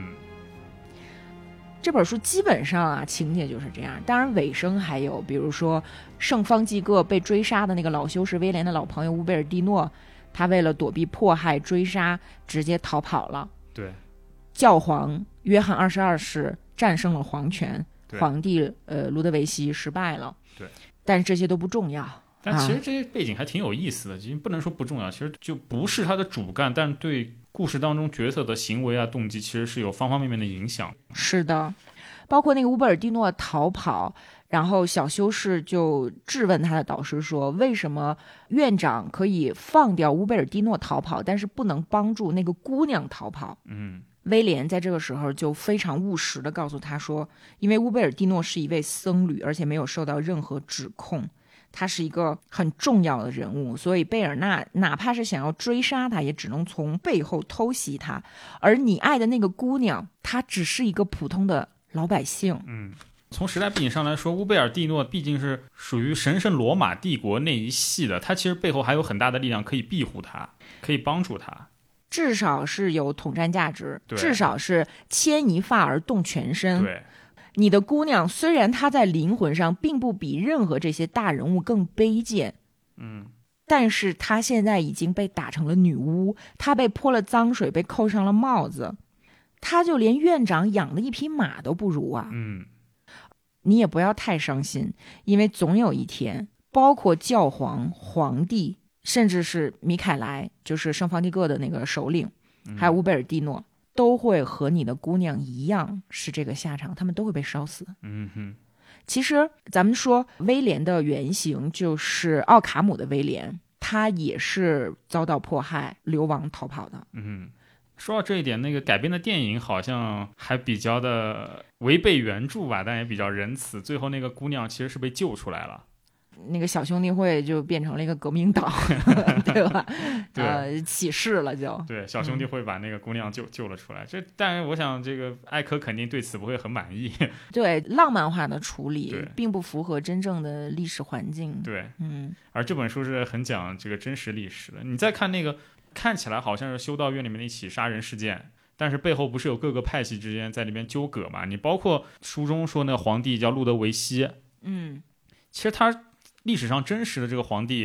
[SPEAKER 2] 这本书基本上啊情节就是这样，当然尾声还有，比如说圣方济各被追杀的那个老修士威廉的老朋友乌贝尔蒂诺，他为了躲避迫害追杀直接逃跑了。
[SPEAKER 1] 对，
[SPEAKER 2] 教皇约翰22世战胜了皇权，皇帝卢德维希失败了。
[SPEAKER 1] 对，
[SPEAKER 2] 但是这些都不重要。
[SPEAKER 1] 但其实这些背景还挺有意思的，其实不能说不重要，其实就不是他的主干，但对故事当中角色的行为啊、动机其实是有方方面面的影响。
[SPEAKER 2] 是的，包括那个乌贝尔蒂诺逃跑，然后小修士就质问他的导师说，为什么院长可以放掉乌贝尔蒂诺逃跑，但是不能帮助那个姑娘逃跑？威廉在这个时候就非常务实地告诉他说，因为乌贝尔蒂诺是一位僧侣，而且没有受到任何指控，他是一个很重要的人物，所以贝尔纳哪怕是想要追杀他，也只能从背后偷袭他。而你爱的那个姑娘，她只是一个普通的老百姓。
[SPEAKER 1] 从时代背景上来说，乌贝尔蒂诺毕竟是属于神圣罗马帝国那一系的，他其实背后还有很大的力量可以庇护他，可以帮助他，
[SPEAKER 2] 至少是有统战价值，至少是牵一发而动全身。
[SPEAKER 1] 对，
[SPEAKER 2] 你的姑娘虽然她在灵魂上并不比任何这些大人物更卑贱，但是她现在已经被打成了女巫，她被泼了脏水，被扣上了帽子，她就连院长养的一匹马都不如啊。你也不要太伤心，因为总有一天，包括教皇、皇帝，甚至是米凯莱，就是圣方济各的那个首领，还有乌贝尔蒂诺，都会和你的姑娘一样是这个下场，他们都会被烧死。其实咱们说威廉的原型就是奥卡姆的威廉，他也是遭到迫害流亡逃跑的。
[SPEAKER 1] 说到这一点，那个改编的电影好像还比较的违背原著吧，但也比较仁慈，最后那个姑娘其实是被救出来了，
[SPEAKER 2] 那个小兄弟会就变成了一个革命党对吧？起事了就。
[SPEAKER 1] 对，小兄弟会把那个姑娘救了出来。但是我想这个艾科肯定对此不会很满意。
[SPEAKER 2] 对，浪漫化的处理并不符合真正的历史环境。
[SPEAKER 1] 对，而这本书是很讲这个真实历史的。你再看那个看起来好像是修道院里面的一起杀人事件，但是背后不是有各个派系之间在里面纠葛嘛？你包括书中说那个皇帝叫路德维希，其实他历史上真实的这个皇帝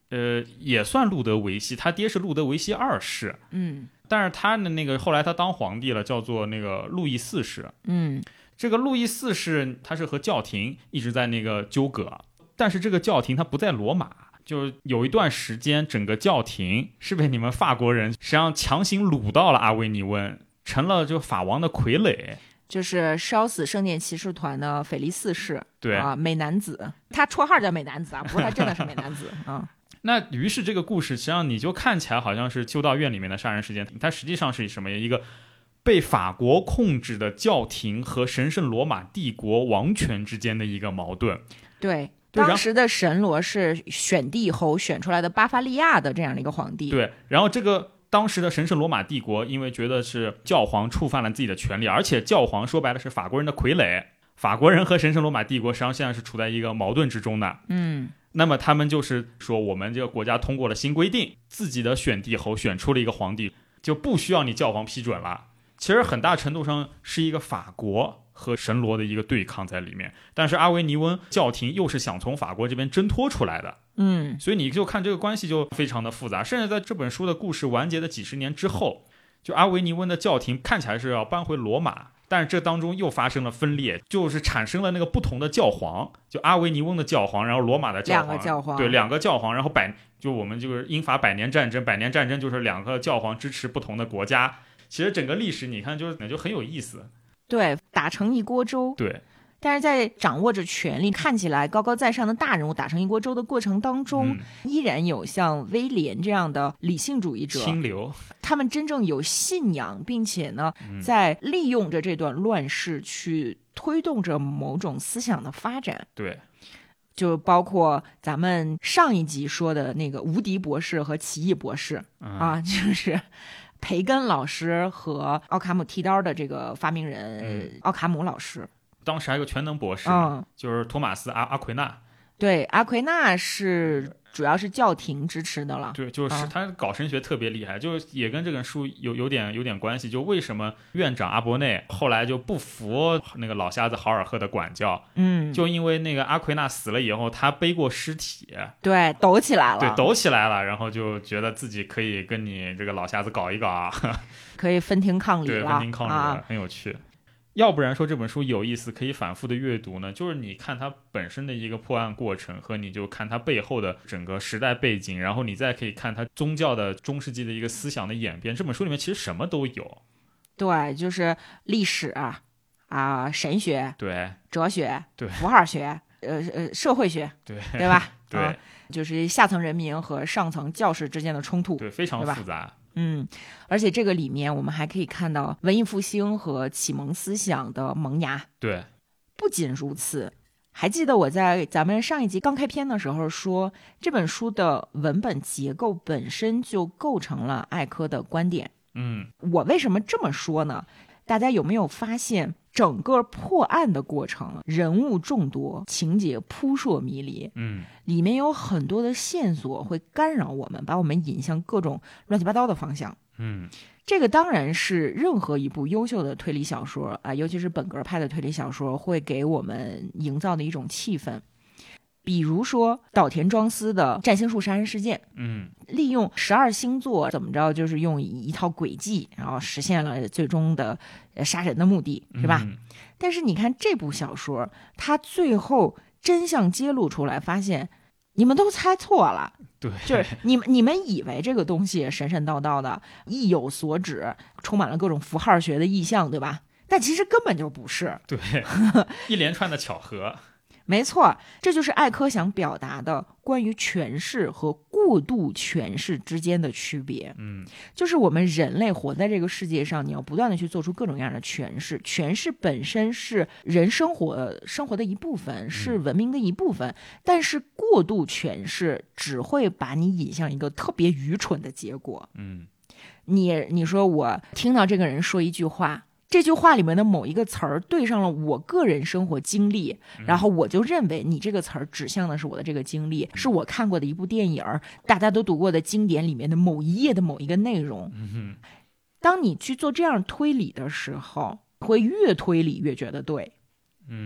[SPEAKER 1] 也算路德维希，他爹是路德维希2世。但是他的那个后来他当皇帝了，叫做那个路易4世。这个路易4世他是和教廷一直在那个纠葛，但是这个教廷他不在罗马，就有一段时间整个教廷是被你们法国人实际上强行掳到了阿维尼翁，成了就法王的傀儡。
[SPEAKER 2] 就是烧死圣殿骑士团的腓力4世，
[SPEAKER 1] 对
[SPEAKER 2] 啊，美男子，他绰号叫美男子啊，不是他真的是美男子啊。
[SPEAKER 1] 那于是这个故事实际上你就看起来好像是修道院里面的杀人事件，它实际上是什么？一个被法国控制的教廷和神圣罗马帝国王权之间的一个矛盾。
[SPEAKER 2] 对，当时的神罗是选帝后选出来的巴伐利亚的这样的一个皇帝。
[SPEAKER 1] 对，然后这个当时的神圣罗马帝国因为觉得是教皇触犯了自己的权利，而且教皇说白了是法国人的傀儡，法国人和神圣罗马帝国实际上现在是处在一个矛盾之中的。那么他们就是说，我们这个国家通过了新规定，自己的选帝侯选出了一个皇帝，就不需要你教皇批准了。其实很大程度上是一个法国和神罗的一个对抗在里面，但是阿维尼翁教廷又是想从法国这边挣脱出来的。所以你就看这个关系就非常的复杂，甚至在这本书的故事完结的几十年之后，就阿维尼翁的教廷看起来是要搬回罗马，但是这当中又发生了分裂，就是产生了那个不同的教皇，就阿维尼翁的教皇，然后罗马的教皇，两个教皇，然后就我们就是英法百年战争就是2个教皇支持不同的国家。其实整个历史你看就很有意思，
[SPEAKER 2] 对，打成一锅粥。
[SPEAKER 1] 对，
[SPEAKER 2] 但是在掌握着权力看起来高高在上的大人物打成一锅粥的过程当中，依然有像威廉这样的理性主义者
[SPEAKER 1] 清流，
[SPEAKER 2] 他们真正有信仰，并且呢在利用着这段乱世去推动着某种思想的发展。
[SPEAKER 1] 对，
[SPEAKER 2] 就包括咱们上一集说的那个无敌博士和奇异博士啊，就是培根老师和奥卡姆剃刀的这个发明人奥卡姆老师。
[SPEAKER 1] 当时还有个全能博士，就是托马斯阿奎那。
[SPEAKER 2] 对，阿奎那是主要是教廷支持的了。
[SPEAKER 1] 对，就是他搞神学特别厉害，就也跟这本书有点关系。就为什么院长阿伯内后来就不服那个老瞎子豪尔赫的管教？就因为那个阿奎那死了以后，他背过尸体，
[SPEAKER 2] 对，抖起来了。
[SPEAKER 1] 对，抖起来了，然后就觉得自己可以跟你这个老瞎子搞一搞，
[SPEAKER 2] 可以分庭抗礼了。
[SPEAKER 1] 对，分庭抗礼了，很有趣。要不然说这本书有意思可以反复的阅读呢，就是你看它本身的一个破案过程，和你就看它背后的整个时代背景，然后你再可以看它宗教的中世纪的一个思想的演变。这本书里面其实什么都有。
[SPEAKER 2] 对，就是历史神学，
[SPEAKER 1] 对，
[SPEAKER 2] 哲学，
[SPEAKER 1] 对，
[SPEAKER 2] 符号学，社会学，对吧？
[SPEAKER 1] 对，
[SPEAKER 2] 就是下层人民和上层教士之间的冲突，
[SPEAKER 1] 对，非常复杂。
[SPEAKER 2] 而且这个里面我们还可以看到文艺复兴和启蒙思想的萌芽。
[SPEAKER 1] 对，
[SPEAKER 2] 不仅如此，还记得我在咱们上一集刚开篇的时候说，这本书的文本结构本身就构成了艾科的观点。我为什么这么说呢？大家有没有发现，整个破案的过程，人物众多，情节扑朔迷离，里面有很多的线索会干扰我们，把我们引向各种乱七八糟的方向。这个当然是任何一部优秀的推理小说啊，尤其是本格派的推理小说会给我们营造的一种气氛。比如说岛田庄司的占星术杀人事件，利用12星座怎么着，就是用一套诡计，然后实现了最终的杀人的目的，是吧？但是你看这部小说，它最后真相揭露出来，发现你们都猜错了。
[SPEAKER 1] 对，
[SPEAKER 2] 就是你们以为这个东西神神叨叨的，意有所指，充满了各种符号学的意象，对吧？但其实根本就不是。
[SPEAKER 1] 对，一连串的巧合。
[SPEAKER 2] 没错，这就是艾科想表达的关于诠释和过度诠释之间的区别。就是我们人类活在这个世界上，你要不断的去做出各种各样的诠释，诠释本身是人生活的一部分，是文明的一部分，但是过度诠释只会把你引向一个特别愚蠢的结果。你说我听到这个人说一句话，这句话里面的某一个词儿对上了我个人生活经历，然后我就认为你这个词儿指向的是我的这个经历，是我看过的一部电影，大家都读过的经典里面的某一页的某一个内容。当你去做这样推理的时候，会越推理越觉得对。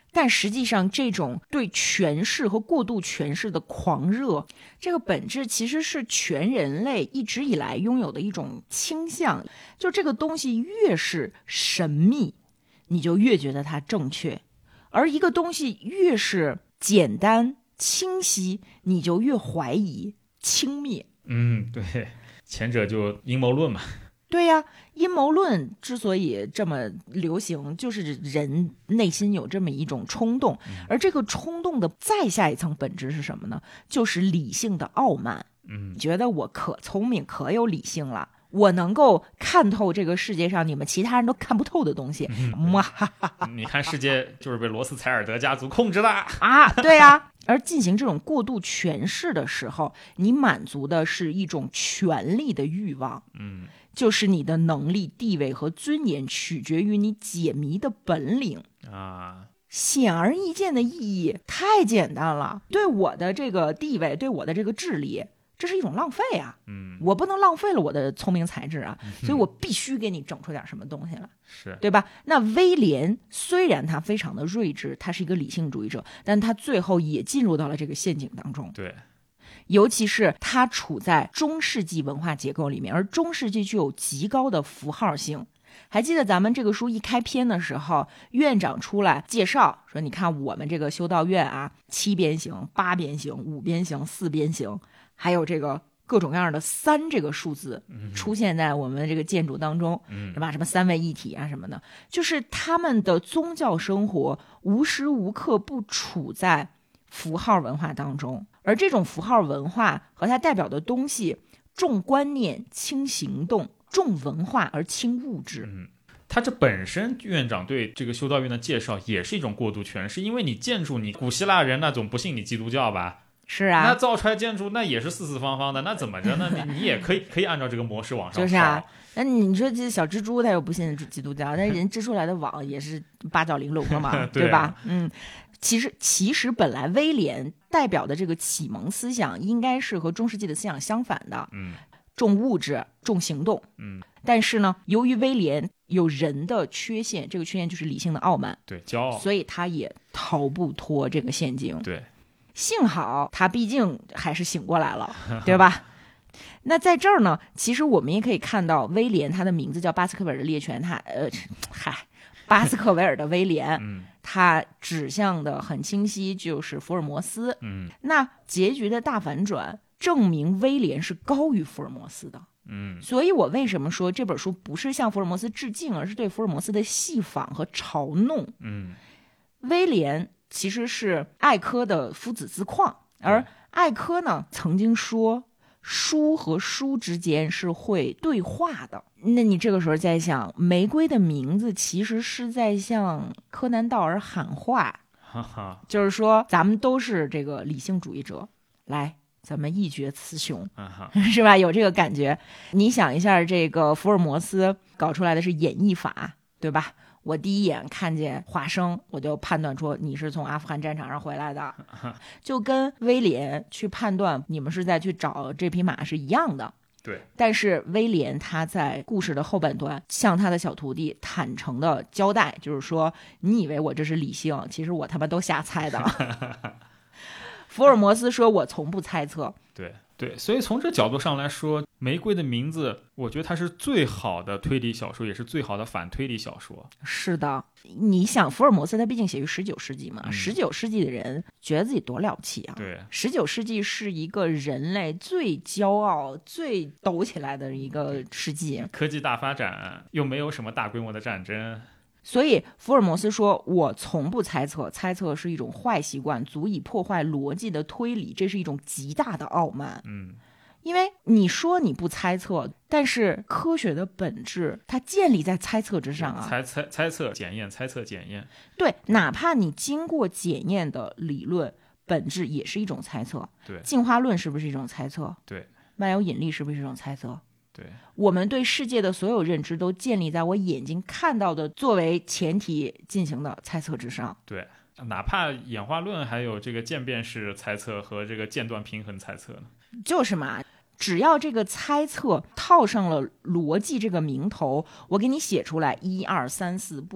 [SPEAKER 2] 但实际上这种对诠释和过度诠释的狂热，这个本质其实是全人类一直以来拥有的一种倾向，就这个东西越是神秘，你就越觉得它正确，而一个东西越是简单清晰，你就越怀疑轻蔑。
[SPEAKER 1] 对，前者就阴谋论嘛。
[SPEAKER 2] 对呀，阴谋论之所以这么流行，就是人内心有这么一种冲动，而这个冲动的再下一层本质是什么呢？就是理性的傲慢。觉得我可聪明可有理性了，我能够看透这个世界上你们其他人都看不透的东西。
[SPEAKER 1] 你看世界就是被罗斯柴尔德家族控制的
[SPEAKER 2] 啊，对啊。而进行这种过度诠释的时候，你满足的是一种权力的欲望。就是你的能力、地位和尊严取决于你解谜的本领
[SPEAKER 1] 啊。
[SPEAKER 2] 显而易见的意义太简单了，对我的这个地位，对我的这个智力，这是一种浪费啊。我不能浪费了我的聪明才智啊，所以我必须给你整出点什么东西来，
[SPEAKER 1] 是
[SPEAKER 2] 对吧？那威廉虽然他非常的睿智，他是一个理性主义者，但他最后也进入到了这个陷阱当中。
[SPEAKER 1] 对。
[SPEAKER 2] 尤其是他处在中世纪文化结构里面，而中世纪具有极高的符号性。还记得咱们这个书一开篇的时候，院长出来介绍说，你看我们这个修道院啊，7边形、8边形、5边形、4边形，还有这个各种各样的3这个数字出现在我们这个建筑当中，什么3位一体啊什么的，就是他们的宗教生活无时无刻不处在符号文化当中。而这种符号文化和它代表的东西，重观念轻行动，重文化而轻物质。
[SPEAKER 1] 他这本身院长对这个修道院的介绍也是一种过度诠释，因为你建筑，你古希腊人那总不信你基督教吧？
[SPEAKER 2] 是啊，
[SPEAKER 1] 那造出来建筑那也是四四方方的，那怎么着呢？你也可以按照这个模式往上
[SPEAKER 2] 就是啊。那你说这小蜘蛛它又不信基督教，但人织出来的网也是八角玲珑的嘛，对吧？其实本来威廉代表的这个启蒙思想应该是和中世纪的思想相反的，重物质重行动，但是呢，由于威廉有人的缺陷，这个缺陷就是理性的傲慢，
[SPEAKER 1] 对，骄傲，
[SPEAKER 2] 所以他也逃不脱这个陷阱。
[SPEAKER 1] 对，
[SPEAKER 2] 幸好他毕竟还是醒过来了，对吧？那在这儿呢，其实我们也可以看到威廉他的名字叫巴斯克维尔的猎犬，巴斯克维尔的威廉，他指向的很清晰，就是福尔摩斯。那结局的大反转证明威廉是高于福尔摩斯的。所以我为什么说这本书不是向福尔摩斯致敬，而是对福尔摩斯的戏仿和嘲弄。威廉其实是艾科的夫子自况，而艾科呢曾经说书和书之间是会对话的。那你这个时候在想，玫瑰的名字其实是在向柯南道尔喊话，就是说咱们都是这个理性主义者，来咱们一决雌雄，是吧？有这个感觉。你想一下，这个福尔摩斯搞出来的是演绎法，对吧？我第一眼看见华生，我就判断出你是从阿富汗战场上回来的，就跟威廉去判断你们是在去找这匹马是一样的。
[SPEAKER 1] 对，
[SPEAKER 2] 但是威廉他在故事的后半段向他的小徒弟坦诚的交代，就是说你以为我这是理性，其实我他妈都瞎猜的。福尔摩斯说我从不猜测。
[SPEAKER 1] 对，所以从这角度上来说，玫瑰的名字我觉得它是最好的推理小说，也是最好的反推理小说。
[SPEAKER 2] 是的，你想福尔摩斯他毕竟写于19世纪嘛，19世纪的人觉得自己多了不起啊。
[SPEAKER 1] 对
[SPEAKER 2] ，19世纪是一个人类最骄傲最抖起来的一个世纪，
[SPEAKER 1] 科技大发展，又没有什么大规模的战争。
[SPEAKER 2] 所以福尔摩斯说我从不猜测，猜测是一种坏习惯，足以破坏逻辑的推理，这是一种极大的傲慢。因为你说你不猜测，但是科学的本质它建立在猜测之上啊。
[SPEAKER 1] 猜测检验，猜测检验。
[SPEAKER 2] 对，哪怕你经过检验的理论，本质也是一种猜测。
[SPEAKER 1] 对，
[SPEAKER 2] 进化论是不是一种猜测？
[SPEAKER 1] 对，
[SPEAKER 2] 万有引力是不是一种猜测？
[SPEAKER 1] 对，
[SPEAKER 2] 我们对世界的所有认知都建立在我眼睛看到的作为前提进行的猜测之上。
[SPEAKER 1] 对，哪怕演化论还有这个渐变式猜测和这个间断平衡猜测呢，
[SPEAKER 2] 就是嘛，只要这个猜测套上了逻辑这个名头，我给你写出来1、2、3、4步，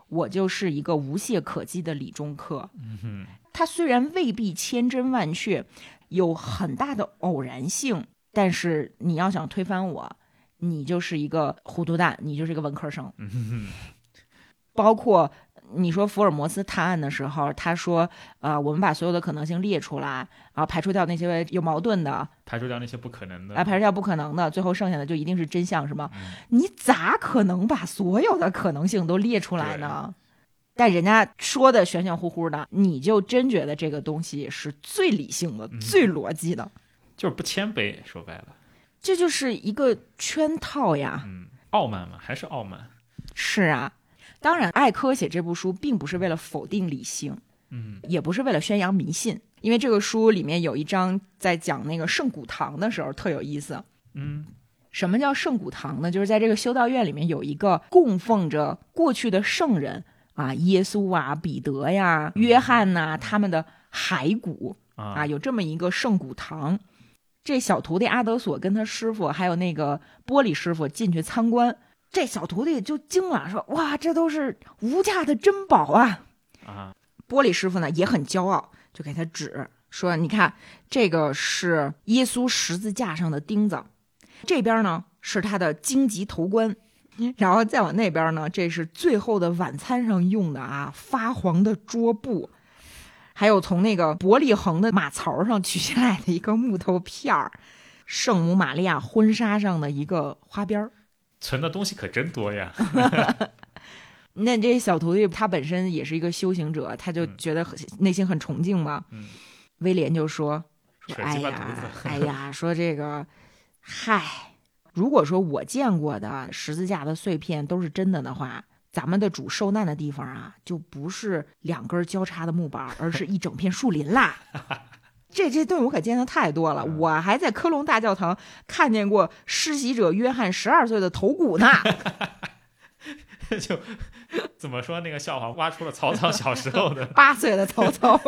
[SPEAKER 2] 我就是一个无懈可击的理中客。他虽然未必千真万确，有很大的偶然性，但是你要想推翻我，你就是一个糊涂蛋，你就是一个文科生。包括你说福尔摩斯探案的时候，他说我们把所有的可能性列出来，然后排除掉那些有矛盾的，
[SPEAKER 1] 排除掉那些不可能的，
[SPEAKER 2] 排除掉不可能的，最后剩下的就一定是真相，是吗？你咋可能把所有的可能性都列出来呢？但人家说的玄玄乎乎的，你就真觉得这个东西是最理性的、最逻辑的，
[SPEAKER 1] 就是不谦卑，说白了，
[SPEAKER 2] 这就是一个圈套呀。
[SPEAKER 1] 傲慢嘛，还是傲慢。
[SPEAKER 2] 是啊，当然，艾科写这部书并不是为了否定理性，也不是为了宣扬迷信，因为这个书里面有一章在讲那个圣古堂的时候特有意思。什么叫圣古堂呢？就是在这个修道院里面有一个供奉着过去的圣人啊，耶稣啊、彼得呀、约翰呐，他们的骸骨啊，有这么一个圣古堂。这小徒弟阿德索跟他师傅还有那个玻璃师傅进去参观，这小徒弟就惊了，说哇，这都是无价的珍宝啊！玻璃师傅呢也很骄傲，就给他指说，你看这个是耶稣十字架上的钉子，这边呢是他的荆棘头冠，然后再往那边呢，这是最后的晚餐上用的发黄的桌布，还有从那个伯利恒的马槽上取下来的一个木头片儿，圣母玛利亚婚纱上的一个花边，
[SPEAKER 1] 存的东西可真多呀。
[SPEAKER 2] 那这小徒弟他本身也是一个修行者，他就觉得内心很崇敬嘛。威廉就说哎呀，说这个嗨，如果说我见过的十字架的碎片都是真的话，咱们的主受难的地方就不是2根交叉的木板，而是一整片树林啦。这对我可见得太多了，我还在科隆大教堂看见过施洗者约翰12岁的头骨呢。
[SPEAKER 1] 就怎么说那个笑话，挖出了曹操小时候的
[SPEAKER 2] 8岁的曹操。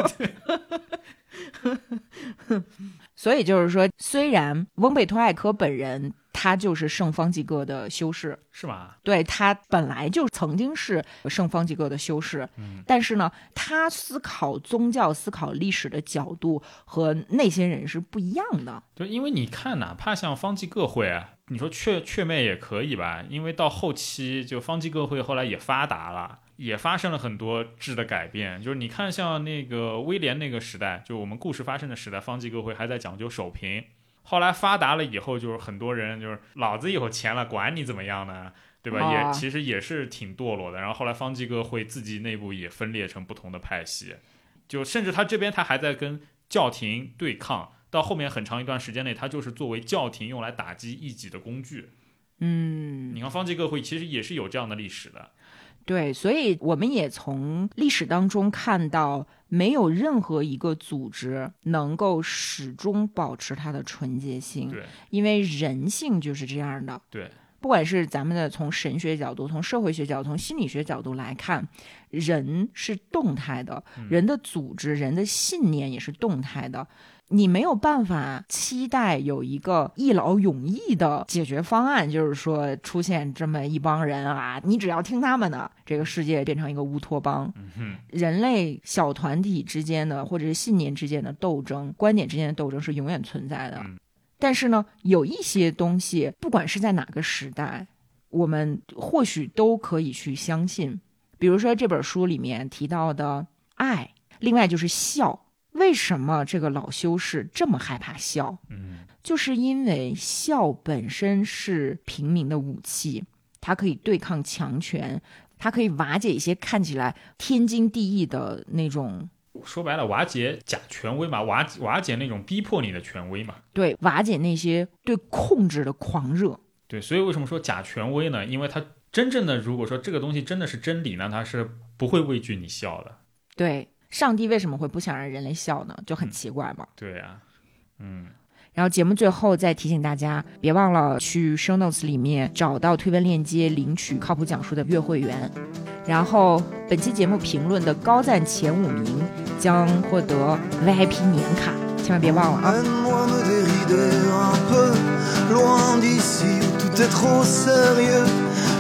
[SPEAKER 2] 所以就是说，虽然翁贝托艾科本人他就是圣方济各的修士，
[SPEAKER 1] 是吗？
[SPEAKER 2] 对，他本来就曾经是圣方济各的修士，但是呢，他思考宗教、思考历史的角度和那些人是不一样的。
[SPEAKER 1] 对，因为你看，哪怕像方济各会你说雀妹也可以吧，因为到后期就方济各会后来也发达了，也发生了很多质的改变。就是你看像那个威廉那个时代，就我们故事发生的时代，方济各会还在讲究守平，后来发达了以后，就是很多人就是老子有钱了，管你怎么样呢，对吧？也其实也是挺堕落的。然后后来方济各会自己内部也分裂成不同的派系，就甚至他这边他还在跟教廷对抗，到后面很长一段时间内，他就是作为教廷用来打击异己的工具。你看方济各会其实也是有这样的历史的。
[SPEAKER 2] 对，所以我们也从历史当中看到，没有任何一个组织能够始终保持它的纯洁性。
[SPEAKER 1] 对，
[SPEAKER 2] 因为人性就是这样的。
[SPEAKER 1] 对，
[SPEAKER 2] 不管是咱们的从神学角度、从社会学角度、从心理学角度来看，人是动态的，人的组织、人的信念也是动态的。你没有办法期待有一个一劳永逸的解决方案，就是说出现这么一帮人你只要听他们的，这个世界变成一个乌托邦。人类小团体之间的或者是信念之间的斗争、观点之间的斗争是永远存在的。但是呢，有一些东西不管是在哪个时代，我们或许都可以去相信。比如说这本书里面提到的爱，另外就是笑。为什么这个老修士这么害怕笑？就是因为笑本身是平民的武器，它可以对抗强权，它可以瓦解一些看起来天经地义的那种，
[SPEAKER 1] 说白了瓦解假权威嘛，瓦解那种逼迫你的权威嘛。
[SPEAKER 2] 对，瓦解那些对控制的狂热。
[SPEAKER 1] 对，所以为什么说假权威呢？因为它真正的如果说这个东西真的是真理呢，它是不会畏惧你笑的。
[SPEAKER 2] 对，上帝为什么会不想让人类笑呢？就很奇怪嘛。
[SPEAKER 1] 对啊。
[SPEAKER 2] 然后节目最后再提醒大家，别忘了去 show notes 里面找到推文链接，领取靠谱讲述的月会员。然后本期节目评论的高赞前5名将获得 VIP 年卡，千万别忘了啊。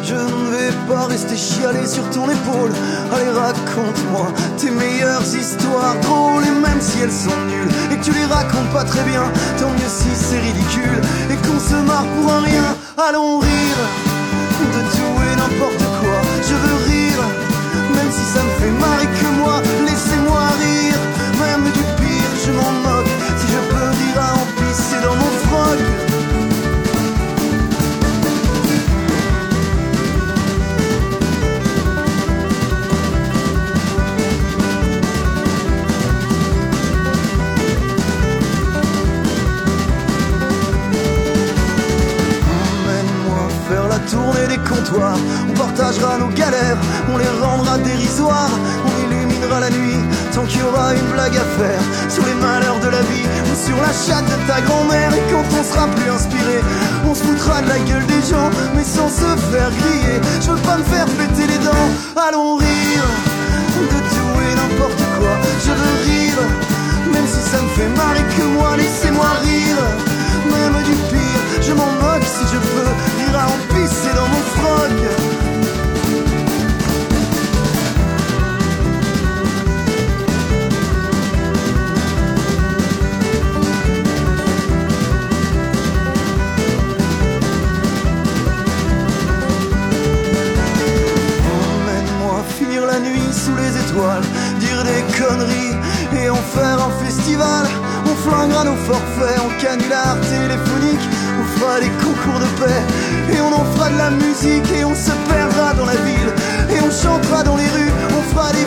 [SPEAKER 3] Je ne vais pas rester chialer sur ton épaule. Allez, raconte-moi tes meilleures histoires drôles. Et même si elles sont nulles et que tu les racontes pas très bien, tant mieux si c'est ridicule et qu'on se marre pour un rien. Allons rire de tout et n'importe quoi. Je veux rire, même si ça me fait marrer que moi. Laissez-moi rire, même du pire, je m'en moque. Si je peux rire à en pisser dans mon froc. Tourner des comptoirs, on partagera nos galères, on les rendra dérisoires, on illuminera la nuit, tant qu'il y aura une blague à faire, sur les malheurs de la vie, ou sur la chatte de ta grand-mère. Et quand on sera plus inspiré, on se foutra de la gueule des gens, mais sans se faire griller. Je veux pas me faire péter les dents, allons rire de tout et n'importe quoi. Je veux rire, même si ça me fait marrer que moi. Laissez-moi rire, même du pire, je m'en moque si je peux rire à en pisser dans mon froc. Emmène-moi finir la nuit sous les étoiles, dire des conneries et en faire un festival. On flinguera nos forfaits en canular téléphonique, on fera des concours de paix et on en fera de la musique. Et on se perdra dans la ville et on chantera dans les rues, on fera des